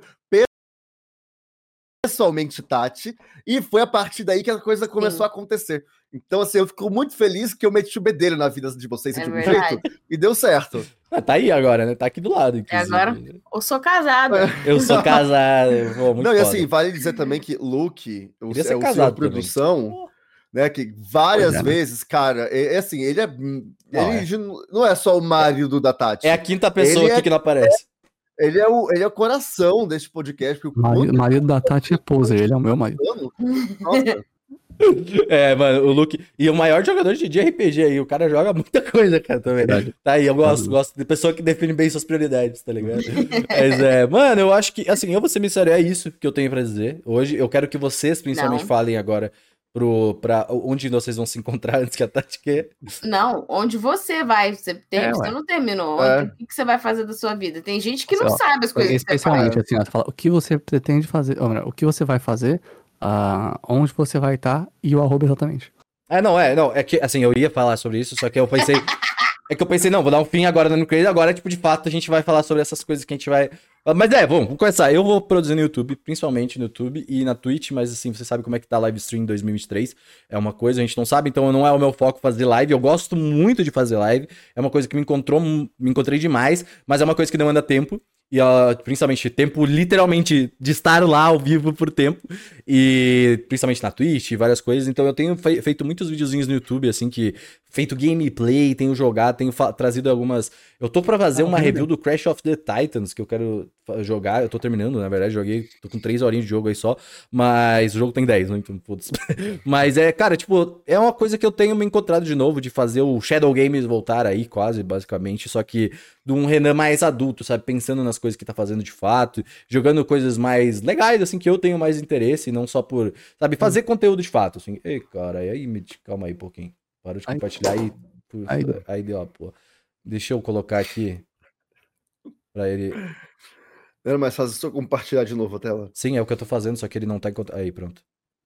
pessoalmente Tati, e foi a partir daí que a coisa começou Sim. a acontecer. Então, assim, eu fico muito feliz que eu meti o bedelho na vida de vocês É de algum verdade. jeito, e deu certo. Ah, tá aí agora, né? Tá aqui do lado, E inclusive. agora, eu sou casada. Eu sou casado, pô, muito Não, e foda. assim, vale dizer também que Luke, o, Queria ser é, o casado senhor produção, né, que várias Pois é, né? vezes, cara, é, é assim, ele é Não, ele é. de- não é só o marido da Tati. É a quinta pessoa Ele aqui é- que não aparece. Ele é o, ele é o coração desse podcast. Porque O marido, muito marido da Tati é poser, ele é o meu marido. ano, nossa, É, mano, o Luke. E o maior jogador de R P G aí. O cara joga muita coisa, cara, também. Verdade. Tá aí, eu gosto, Uhum. gosto de pessoa que define bem suas prioridades, tá ligado? Mas é, mano, eu acho que, assim, eu vou ser sincero, é isso que eu tenho pra dizer. Hoje, eu quero que vocês, principalmente, Não. falem agora pro, pra onde vocês vão se encontrar antes que a Tati quer. Não, onde você vai? Você, tem, É, você ué. não terminou. É. Onde- O que que você vai fazer da sua vida? Tem gente que não Assim, ó, sabe as coisas que você faz. Especialmente, assim, ó, você fala, o que você pretende fazer, ou melhor, o que você vai fazer, ah, onde você vai estar e o arroba exatamente. É, não, é, não, é que, assim, eu ia falar sobre isso, só que eu pensei. É que eu pensei, não, vou dar um fim agora no Crazy, agora, tipo, de fato, a gente vai falar sobre essas coisas que a gente vai... Mas é, vamos, vamos começar. Eu vou produzir no YouTube, principalmente no YouTube e na Twitch, mas assim, você sabe como é que tá live stream em dois mil e vinte e três. É uma coisa, a gente não sabe, então não é o meu foco fazer live. Eu gosto muito de fazer live, é uma coisa que me encontrou, me encontrei demais, mas é uma coisa que demanda tempo. E uh, principalmente tempo, literalmente, de estar lá ao vivo por tempo. E principalmente na Twitch e várias coisas. Então eu tenho fe feito muitos videozinhos no YouTube, assim, que... Feito gameplay, tenho jogado, tenho trazido algumas... Eu tô pra fazer uma review do Crash of the Titans, que eu quero jogar. Eu tô terminando, na verdade, joguei... Tô com três horinhas de jogo aí só. Mas o jogo tem dez, né? Então, foda-se. Mas é, cara, tipo... É uma coisa que eu tenho me encontrado de novo, de fazer o Shadow Games voltar aí, quase, basicamente. Só que de um Renan mais adulto, sabe? Pensando nas coisas que tá fazendo de fato. Jogando coisas mais legais, assim, que eu tenho mais interesse. Não só por... Sabe? Fazer conteúdo de fato, assim. Ei, cara, aí me... Calma aí um pouquinho. Para de Aí. compartilhar aí. Por... Aí. Aí deu a porra. Deixa eu colocar aqui. Pra ele... não era mais fácil só compartilhar de novo a tela. Sim, é o que eu tô fazendo, só que ele não tá encontrando. Aí, pronto.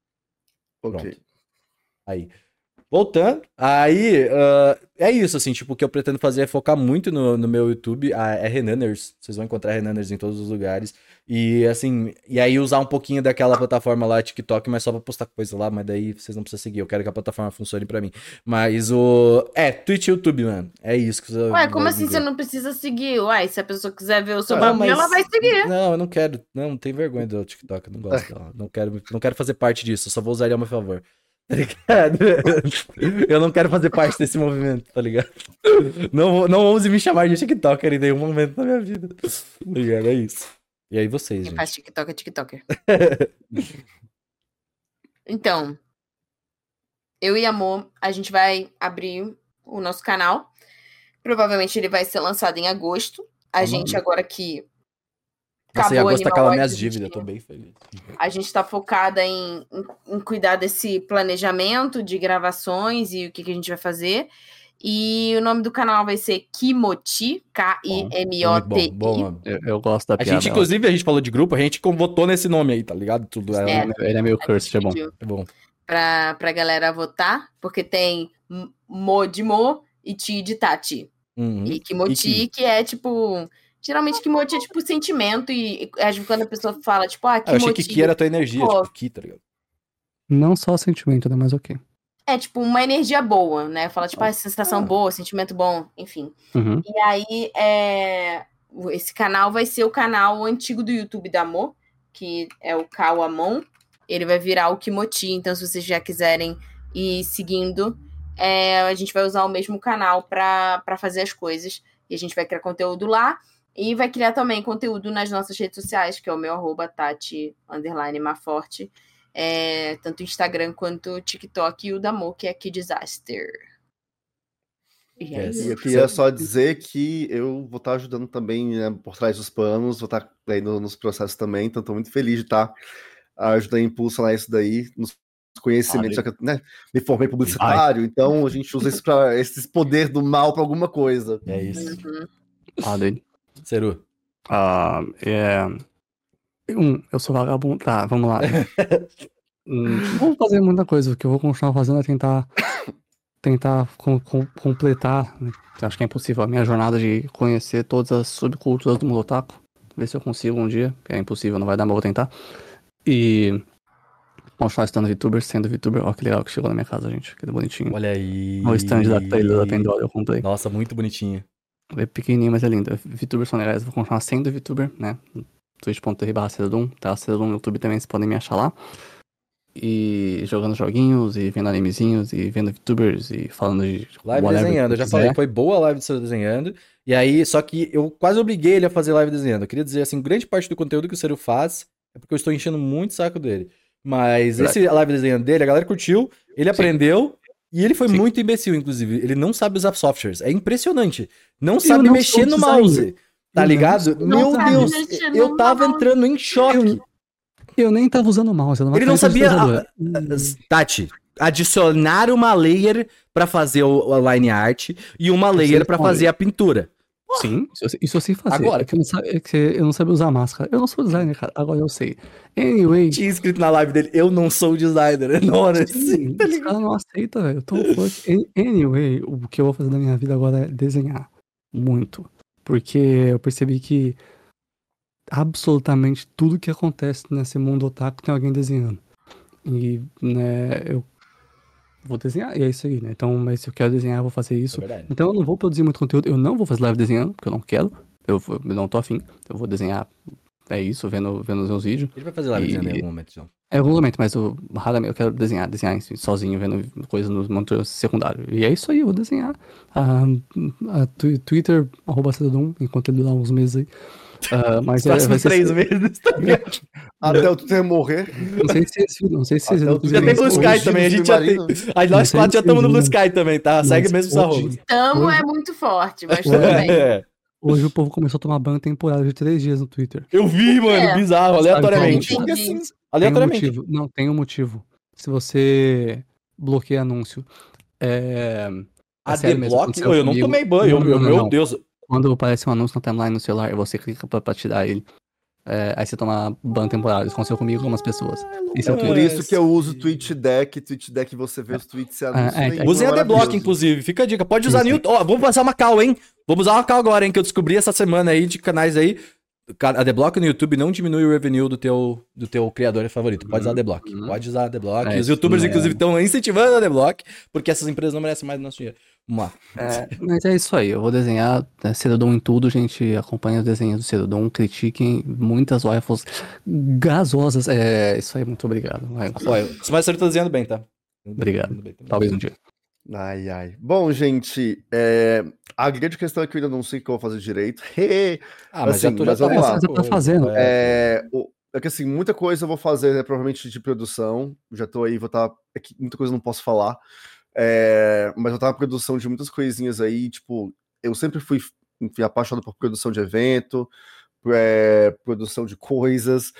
Ok. Pronto. Aí. Voltando, aí uh, é isso, assim, tipo, o que eu pretendo fazer é focar muito no, no meu YouTube, ah, é Renaners, vocês vão encontrar Renaners em todos os lugares, e assim, e aí usar um pouquinho daquela plataforma lá, TikTok, mas só pra postar coisa lá, mas daí vocês não precisam seguir, eu quero que a plataforma funcione pra mim, mas o... é, Twitch e YouTube, mano, é isso que você Ué, como assim você não precisa seguir? Uai, se a pessoa quiser ver o seu Ah, bagulho, mas- ela vai seguir. Não, eu não quero, não, não tem vergonha do TikTok, eu não gosto dela, não quero, não quero fazer parte disso, eu só vou usar ele ao meu favor. Tá ligado? Eu não quero fazer parte desse movimento, tá ligado? Não, vou- não ouse me chamar de TikToker em nenhum momento da minha vida. Tá ligado? É isso. E aí vocês, Quem gente? faz TikTok é TikToker. Então, eu e Amor, a gente vai abrir o nosso canal. Provavelmente ele vai ser lançado em agosto. A Tá gente maluco. agora que Nossa, em acabou agosto Animal acaba Watch, minhas a gente- dívidas, eu tô bem feliz. A gente está focada em, em, em cuidar desse planejamento de gravações e o que, que a gente vai fazer. E o nome do canal vai ser Kimoti, K I M O Muito T I. bom, bom nome. Eu, eu gosto da A piada. gente, inclusive, a gente falou de grupo, a gente votou nesse nome aí, tá ligado? Tudo é, É. ela- ele é meio cursed, é bom. é bom. Pra, pra galera votar, porque tem M- Mo de Mo e Ti de Tati. Uhum. E Kimoti, E que é tipo. Geralmente Kimoti é tipo sentimento, e, e às vezes quando a pessoa fala, tipo, ah, Ah, eu achei Kimoti. que Ki era a tua energia, Pô. tipo, Ki, tá ligado? Não só sentimento, né? Mas ok. É tipo uma energia boa, né? Fala, tipo, ah, sensação Ah. boa, sentimento bom, enfim. Uhum. E aí, é... esse canal vai ser o canal antigo do YouTube da Mo, que é o Kawamon. Ele vai virar o Kimoti, então se vocês já quiserem ir seguindo, é, a gente vai usar o mesmo canal para fazer as coisas. E a gente vai criar conteúdo lá. E vai criar também conteúdo nas nossas redes sociais, que é o meu arroba Tati, underline Maforte. É, tanto Instagram quanto TikTok, e o da Mo, que é Que Disaster. E é Yes. E isso. eu queria só dizer que eu vou estar ajudando também, né, por trás dos panos, vou estar aí no- nos processos também, então estou muito feliz de estar ajudando a impulsionar isso daí, nos conhecimentos, já que eu, né, me formei publicitário, então a gente usa isso pra, esse poder do mal para alguma coisa. É isso. Uhum. Fala dele. Seru. Ah, é... Um, eu sou vagabundo. Tá, vamos lá. hum, não vou fazer muita coisa. O que eu vou continuar fazendo é tentar tentar com, com, completar, né? Acho que é impossível, a minha jornada de conhecer todas as subculturas do mundo otaku. Ver se eu consigo um dia. É impossível, não vai dar, mas vou tentar. E continuar estando VTuber, sendo VTuber. Ó, que legal que chegou na minha casa, gente. Que bonitinho. Olha aí. O stand da Taylor da Pandora eu comprei. Nossa, muito bonitinho. É pequenininho, mas é lindo. VTubers são legais, eu vou continuar sendo VTuber, né? twitch ponto tv barra Cerodum, tá? Cerodum no YouTube também, vocês podem me achar lá. E jogando joguinhos, e vendo animezinhos, e vendo VTubers, e falando de Live whatever desenhando, eu já quiser. falei, foi boa a live do seu desenhando. E aí, só que eu quase obriguei ele a fazer live desenhando. Eu queria dizer assim, grande parte do conteúdo que o Ciro faz é porque eu estou enchendo muito o saco dele. Mas Verdade. esse live desenhando dele, a galera curtiu, ele Sim. aprendeu. E ele foi Sim. muito imbecil, inclusive. Ele não sabe usar softwares. É impressionante. Não Eu sabe não mexer sou no designer. mouse. Tá Eu não ligado? sou Meu designer. Deus, Não sabe mexer eu no tava mouse. entrando em choque. Eu nem tava usando o mouse, era uma Ele não caneta sabia. digitalizador. a- a- Tati, adicionar uma layer pra fazer o, a line art e uma layer sei pra qual fazer é. a pintura. Sim, isso, eu sei- isso eu sei fazer. Agora. É que eu não, sa- é que eu não sabia usar máscara. Eu não sou designer, cara. Agora eu sei. Anyway, Tinha escrito na live dele, eu não sou designer. Na hora assim, sim, tá os ligado? caras não aceitam, velho. Eu tô fuck. An- Anyway, o que eu vou fazer da minha vida agora é desenhar. Muito. Porque eu percebi que absolutamente tudo que acontece nesse mundo otaku tem alguém desenhando. E, né, eu vou desenhar, e é isso aí, né? Então, mas se eu quero desenhar, eu vou fazer isso. É verdade. Então eu não vou produzir muito conteúdo, eu não vou fazer live desenhando, porque eu não quero. Eu, vou- eu não tô afim. Eu vou desenhar, é isso, vendo, vendo os meus vídeos. Ele vai fazer live E- desenhando em algum momento, João. É algum momento, mas eu raramente eu quero desenhar, desenhar assim, sozinho, vendo coisas no monitor secundário. E é isso aí, eu vou desenhar. Ah, a twi- Twitter, arroba Cedodum, enquanto ele durar uns meses aí. Ah, mas Os é, vai próximos ser. três meses, tá ligado? Até o Twitter morrer. Não sei se vocês viram, não sei se vocês Até viram. o Já tem Blue Os Sky origins também, a gente do já tem. Marino. Aí Não nós sei quatro já se estamos no Blue vocês Sky também, tá? Segue Mas mesmo os hoje- arrobas. Tamo Hoje- é muito forte, mas tudo bem. É. Hoje o povo começou a tomar ban temporário de três dias no Twitter. Eu vi, mano, É. bizarro, aleatoriamente. Sabe, Porque Entendi. assim, Tem um Aleatoriamente. motivo. Não, tem um motivo. Se você bloqueia anúncio. É. é A sério mesmo, Adblock? aconteceu Eu não comigo. tomei banho, Não, eu- não, não, meu não. Deus. Quando aparece um anúncio na timeline no celular e você clica pra, pra tirar ele, é, aí você toma ban temporário. Isso aconteceu comigo com algumas pessoas. Isso é é o por Twitter. isso que eu uso TweetDeck. TweetDeck você vê os tweets e anúncios. é, nenhum, Usem é a Adblock, maravilhoso. inclusive. Fica a dica. Pode usar Isso. no YouTube. Ó, vamos passar uma cal, hein? Vamos usar uma cal agora, hein? Que eu descobri essa semana aí de canais aí. A Adblock no YouTube não diminui o revenue do teu, do teu criador favorito. Pode usar a Adblock. Uhum. Pode usar a Adblock. É, E os youtubers, isso, inclusive, é. estão incentivando a Adblock, porque essas empresas não merecem mais do nosso dinheiro. Vamos lá. É, mas é isso aí, eu vou desenhar é, Cerodon em tudo, gente. Acompanha os desenhos do Cerodon, critiquem muitas waifus gasosas. É isso aí, muito obrigado. Vai, Olha, mas você tá desenhando bem, tá? Obrigado. Tudo bem, tudo bem. Talvez um dia. Ai, ai. Bom, gente, é, a grande questão é que eu ainda não sei o que eu vou fazer direito. Ah, mas Assim, já, tô, já mas tá vamos lá. Você já tá fazendo. É, o- é que assim, muita coisa eu vou fazer, né, provavelmente de produção. Já tô aí, vou estar. É que muita coisa eu não posso falar. É, mas eu tava na produção de muitas coisinhas aí, tipo, eu sempre fui, enfim, apaixonado por produção de evento, é, produção de coisas,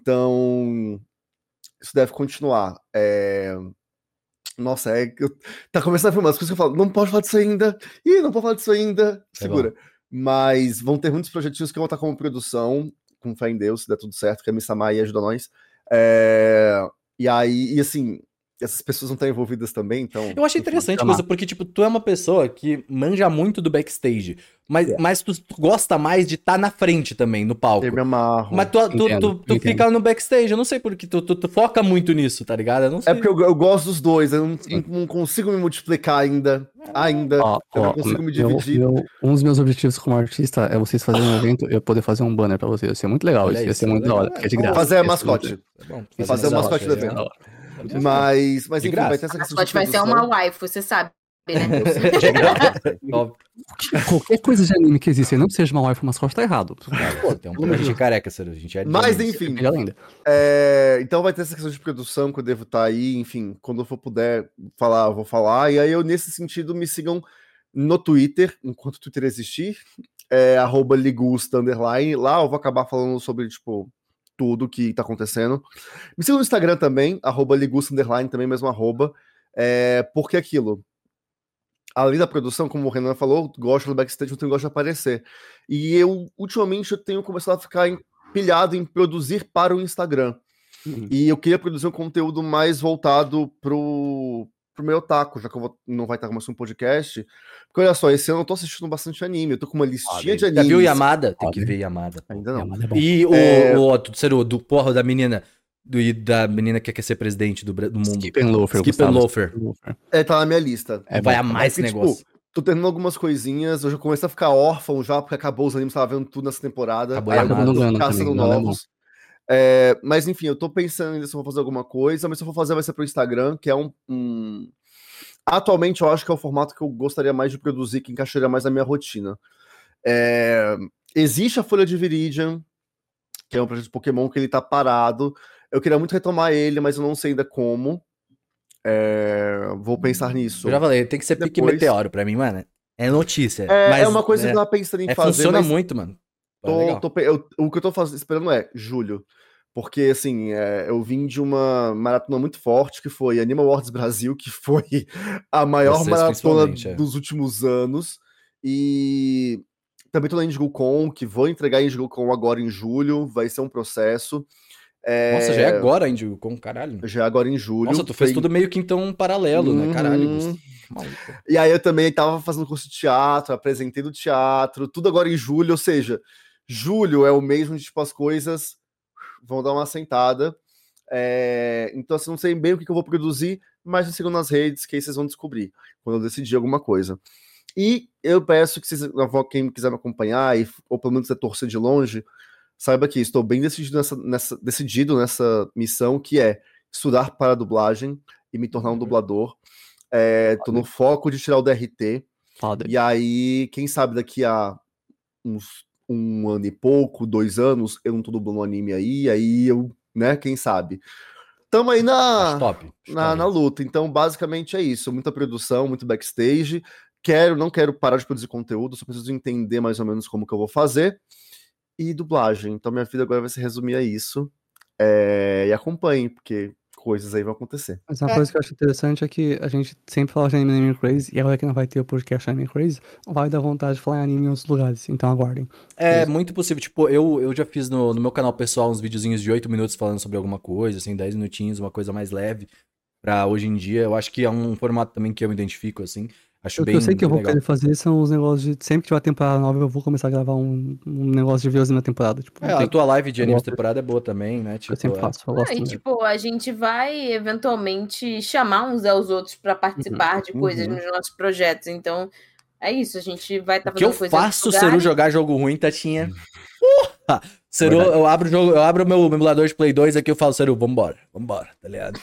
então isso deve continuar. É, nossa, é, eu- tá começando a vir umas coisas que eu falo, não pode falar disso ainda, ih, não pode falar disso ainda, segura. Mas vão ter muitos projetinhos que eu vou estar como produção, com fé em Deus, se der tudo certo, que a Missa Mai ajuda nós. É, e aí, e assim, essas pessoas não estão envolvidas também, então. Eu achei enfim, interessante, chamar. coisa, porque, tipo, tu é uma pessoa que manja muito do backstage, mas, É. mas tu, tu gosta mais de estar na frente também, no palco. Eu me amarro. Mas tu, tu, Entendo, tu, tu entendo. fica no backstage, eu não sei porque tu, tu, tu foca muito nisso, tá ligado? Eu não sei. É porque eu, eu gosto dos dois, eu não, não consigo me multiplicar ainda. Ainda. Ó, eu não ó, consigo me meu- dividir. meu- um dos meus objetivos como artista é vocês fazerem um evento e eu poder fazer um banner pra vocês. Ia ser muito legal, Olha isso ia isso, ser muito da legal. hora, porque é de Vamos graça. Fazer a Ia ser mascote. muito- É bom, ia Fazer ser o da hora, mascote do ia ser evento. da hora. Mas, mas De enfim, graça. vai ter essa A questão mascote de vai ser produção. uma waifu, você sabe, né? De graça. Óbvio. Qualquer coisa de anime que existe e não seja uma waifu mascote tá errado. Pô, tem um a gente é careca, Ciro. A gente é de- Mas enfim, Melhor ainda. é, então vai ter essa questão de produção que eu devo estar aí, enfim, quando eu for puder falar, eu vou falar. E aí eu, nesse sentido, me sigam no Twitter, enquanto o Twitter existir, é arroba ligusta, underline. Lá eu vou acabar falando sobre, tipo, tudo que tá acontecendo. Me sigam no Instagram também, arroba ligusta, underline, também mesmo arroba. É, porque aquilo, além da produção, como o Renan falou, gosto do backstage, eu tenho gosto de aparecer. E eu, ultimamente, eu tenho começado a ficar pilhado em produzir para o Instagram. Uhum. E eu queria produzir um conteúdo mais voltado pro, pro meu otaku, já que eu vou, não vai estar começando um podcast. Porque olha só, esse ano eu tô assistindo bastante anime, eu tô com uma listinha ah, de animes. Já viu Yamada? Tem que ver Yamada. Ainda não. Yamada é bom. E o, é... o, o, do porra da menina, do, da menina que quer ser presidente do, do mundo. Skip and Loafer. Skip and Loafer. É, tá na minha lista. É, vai amar esse negócio. Tipo, tô tendo algumas coisinhas, eu já comecei a ficar órfão já, porque acabou os animes, tava vendo tudo nessa temporada. Acabou aí Yamada. eu tô caçando novos. É, mas enfim, eu tô pensando ainda se eu vou fazer alguma coisa, mas se eu for fazer vai ser pro Instagram, que é um, um... Atualmente eu acho que é o formato que eu gostaria mais de produzir, que encaixaria mais na minha rotina. É... Existe a Folha de Viridian, que é um projeto de Pokémon que ele tá parado. Eu queria muito retomar ele, mas eu não sei ainda como. É... Vou pensar nisso. Eu já falei, tem que ser Depois... pique meteoro pra mim, mano. É notícia. É, mas, é uma coisa é, que eu tava pensando em é, fazer. Funciona mas... muito, mano. Tô, tô, eu, o que eu tô faz, esperando é julho. Porque, assim, é, eu vim de uma maratona muito forte, que foi Anime Awards Brasil, que foi a maior Vocês, maratona é. dos últimos anos. E também tô na IndigoCon, que vou entregar a IndigoCon agora em julho, vai ser um processo. É... Nossa, já é agora a IndigoCon, caralho. Já é agora em julho. Nossa, tu fez foi... tudo meio que então um paralelo, uhum. né? Caralho, maluco. E aí eu também tava fazendo curso de teatro, apresentei no teatro, tudo agora em julho, ou seja, julho é o mês onde, tipo, as coisas vão dar uma assentada. É... Então, assim, não sei bem o que eu vou produzir, mas me sigam nas redes, que aí vocês vão descobrir quando eu decidir alguma coisa. E eu peço que vocês, quem quiser me acompanhar, e, ou pelo menos torcer de longe, saiba que estou bem decidido nessa, nessa, decidido nessa missão, que é estudar para dublagem e me tornar um dublador. É, tô no foco de tirar o D R T. Foda. E aí, quem sabe daqui a uns um ano e pouco, dois anos, eu não tô dublando um anime aí, aí eu, né, quem sabe. Tamo aí na, top, na, na luta. Então, basicamente é isso. Muita produção, muito backstage. Quero, não quero parar de produzir conteúdo, só preciso entender mais ou menos como que eu vou fazer. E dublagem. Então, minha vida agora vai se resumir a isso. É, e acompanhe, porque coisas aí vão acontecer. Mas uma é. coisa que eu acho interessante é que a gente sempre fala de anime Anime Crazy, e agora que não vai ter o podcast Anime Crazy, vai dar vontade de falar em anime em outros lugares, então aguardem. É isso. Muito possível, tipo, eu, eu já fiz no, no meu canal pessoal uns videozinhos de oito minutos falando sobre alguma coisa, assim, dez minutinhos, uma coisa mais leve, pra hoje em dia, eu acho que é um formato também que eu me identifico, assim, acho eu, bem eu sei que eu vou legal. querer fazer são os negócios de, sempre que tiver temporada nova, eu vou começar a gravar um, um negócio de views na temporada, tipo. É, a tua live de anime temporada é boa também, né? Tipo, eu sempre faço, eu gosto. Ah, e, tipo, a gente vai eventualmente chamar uns aos outros pra participar uhum, de coisas uhum. nos nossos projetos, então é isso, a gente vai estar tá fazendo coisas. O que eu faço, Seru, jogar jogo ruim, Tatinha? Porra! Seru, eu abro o jogo, eu abro o meu emulador de Play dois aqui, eu falo, Seru, vambora, vambora, tá ligado?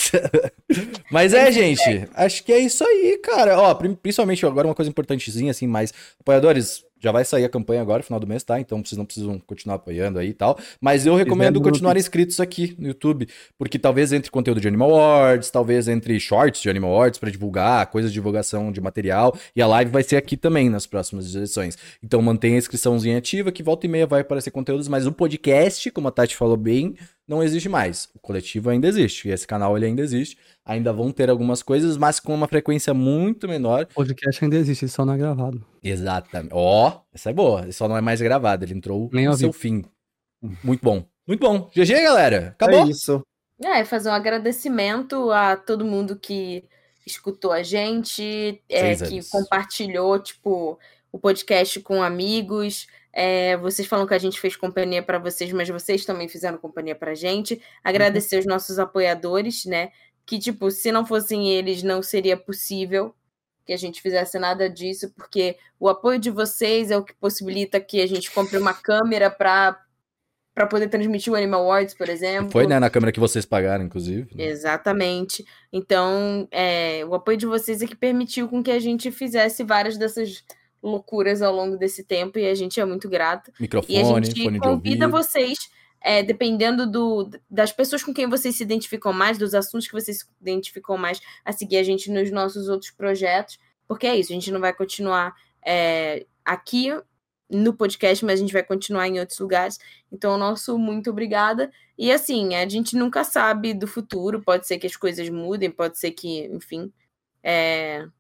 Mas é, gente, acho que é isso aí, cara. Ó, principalmente agora uma coisa importantezinha, assim, mais apoiadores, já vai sair a campanha agora, final do mês, tá? Então vocês não precisam continuar apoiando aí e tal. Mas eu recomendo continuar inscritos aqui no YouTube, porque talvez entre conteúdo de Animal Awards, talvez entre shorts de Animal Awards pra divulgar, coisas de divulgação de material. E a live vai ser aqui também nas próximas edições. Então mantenha a inscriçãozinha ativa, que volta e meia vai aparecer conteúdos, mas o podcast, como a Tati falou bem, não existe mais. O coletivo ainda existe, e esse canal ele ainda existe. Ainda vão ter algumas coisas, mas com uma frequência muito menor. O podcast ainda existe, só não é gravado. Exatamente. Ó, oh, essa é boa. Ele só não é mais gravado, ele entrou Nem no seu fim. Muito bom. Muito bom. G G, galera. Acabou. É isso. É, fazer um agradecimento a todo mundo que escutou a gente, é, que compartilhou, tipo, o podcast com amigos. É, vocês falam que a gente fez companhia para vocês, mas vocês também fizeram companhia pra gente. Agradecer uhum. os nossos apoiadores, né? Que, tipo, se não fossem eles, não seria possível que a gente fizesse nada disso, porque o apoio de vocês é o que possibilita que a gente compre uma câmera para para poder transmitir o Animal Awards, por exemplo. Foi, né? Na câmera que vocês pagaram, inclusive. Né? Exatamente. Então, é, o apoio de vocês é que permitiu com que a gente fizesse várias dessas loucuras ao longo desse tempo, e a gente é muito grata. Microfone, e a gente fone convida de ouvido. vocês... É, dependendo do, das pessoas com quem vocês se identificam mais, dos assuntos que vocês se identificam mais, a seguir a gente nos nossos outros projetos, porque é isso, a gente não vai continuar é, aqui no podcast, mas a gente vai continuar em outros lugares. Então, o nosso muito obrigada. E assim, a gente nunca sabe do futuro, pode ser que as coisas mudem, pode ser que, enfim, é,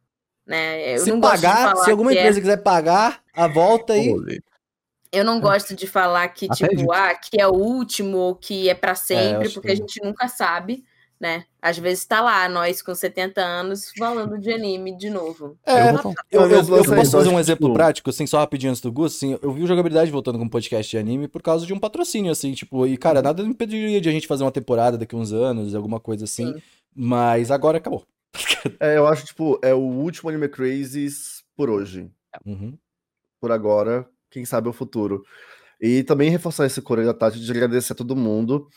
né? Eu se não gosto de pagar, falar se alguma que é- empresa quiser pagar, a volta aí. Eu não gosto de falar que, Até tipo, disso. ah, que é o último, ou que é pra sempre, acho porque que- a gente nunca sabe, né? Às vezes tá lá, nós com setenta anos, falando de anime de novo. É, Eu vou falar. eu, eu, Talvez eu lançar posso isso, fazer acho um que, exemplo tipo- prático, assim, só rapidinho antes do Gus, assim, eu vi o Jogabilidade voltando com um podcast de anime por causa de um patrocínio, assim, tipo, e, cara, nada impediria de a gente fazer uma temporada daqui uns anos, alguma coisa assim, Sim. mas agora acabou. É, eu acho, tipo, é o último Anime Crazes por hoje. Uhum. Por agora, quem sabe é o futuro. E também reforçar esse coro aí da Tati de agradecer a todo mundo.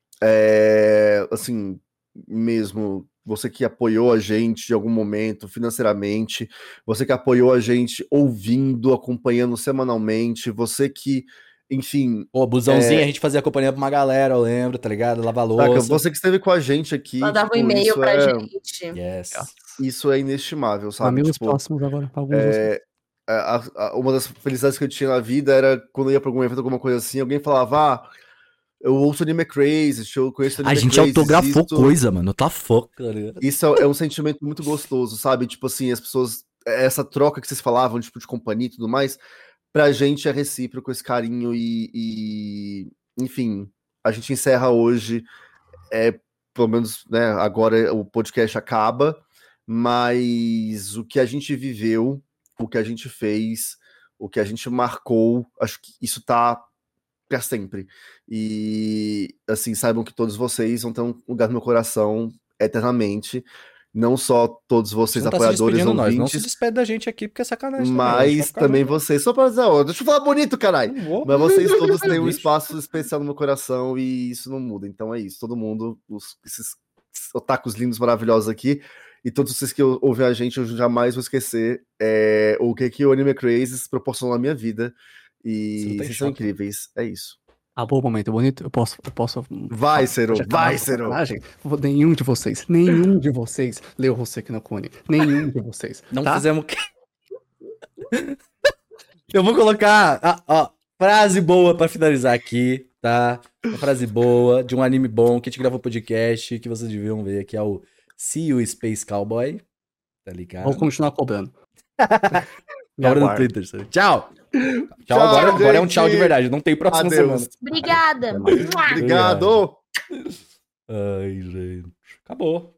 É, assim, mesmo você que apoiou a gente de algum momento financeiramente, você que apoiou a gente ouvindo, acompanhando semanalmente, você que, enfim, Pô, busãozinho, a gente fazia companhia pra uma galera, eu lembro, tá ligado? Lava saca, louça. você que esteve com a gente aqui, Mandava um tipo, e-mail isso pra é, gente. Yes. isso é inestimável, sabe? Amigos Tipo, próximos agora. Alguns assim. é, a- a- uma das felicidades que eu tinha na vida era quando eu ia pra algum evento, alguma coisa assim, alguém falava, ah, eu ouço Anime Crazy, eu conheço A Anime gente Crazy. autografou isso, coisa, mano, tá foca, tá ligado? isso é, é um sentimento muito gostoso, sabe? Tipo assim, as pessoas, essa troca que vocês falavam, tipo, de companhia e tudo mais, pra gente é recíproco esse carinho e, e enfim, a gente encerra hoje, é, pelo menos, né, agora o podcast acaba, mas o que a gente viveu, o que a gente fez, o que a gente marcou, acho que isso tá pra sempre. E, assim, saibam que todos vocês vão ter um lugar no meu coração eternamente. Não só todos A gente vocês, não tá se apoiadores, despedindo nós, não se ouvintes, despede da gente aqui porque é sacanagem também. a gente vai mas ficar também junto. vocês. Só pra dizer, ó, deixa eu falar bonito, caralho. Não vou. Mas vocês todos têm um Deixa. espaço especial no meu coração e isso não muda. Então é isso. Todo mundo, os, esses otakus lindos, maravilhosos aqui, e todos vocês que ouvem a gente, eu jamais vou esquecer é, o que, que o Anime Crazes proporcionou na minha vida. Você E tá em vocês são choque. incríveis. É isso. Ah, bom momento bonito. Eu posso. Eu posso Vai, Cero, pode acabar vai, com Cero. sacanagem? Vou- Nenhum de vocês, nenhum de vocês leu Hoseki no Kune. Nenhum de vocês. Não tá? fizemos. Eu vou colocar, ah, ó, frase boa pra finalizar aqui, tá? Uma frase boa de um anime bom que a gente gravou podcast, que vocês deviam ver, que é o See You Space Cowboy. Tá ligado? Vou continuar cobrando. Me Agora no aguarde. Twitter, sabe? Tchau! Tchau, Tchau, agora, agora é um gente. tchau de verdade, não tem próxima Adeus. semana. Obrigada. Até mais. Mua. Obrigado. Ai, gente. Acabou.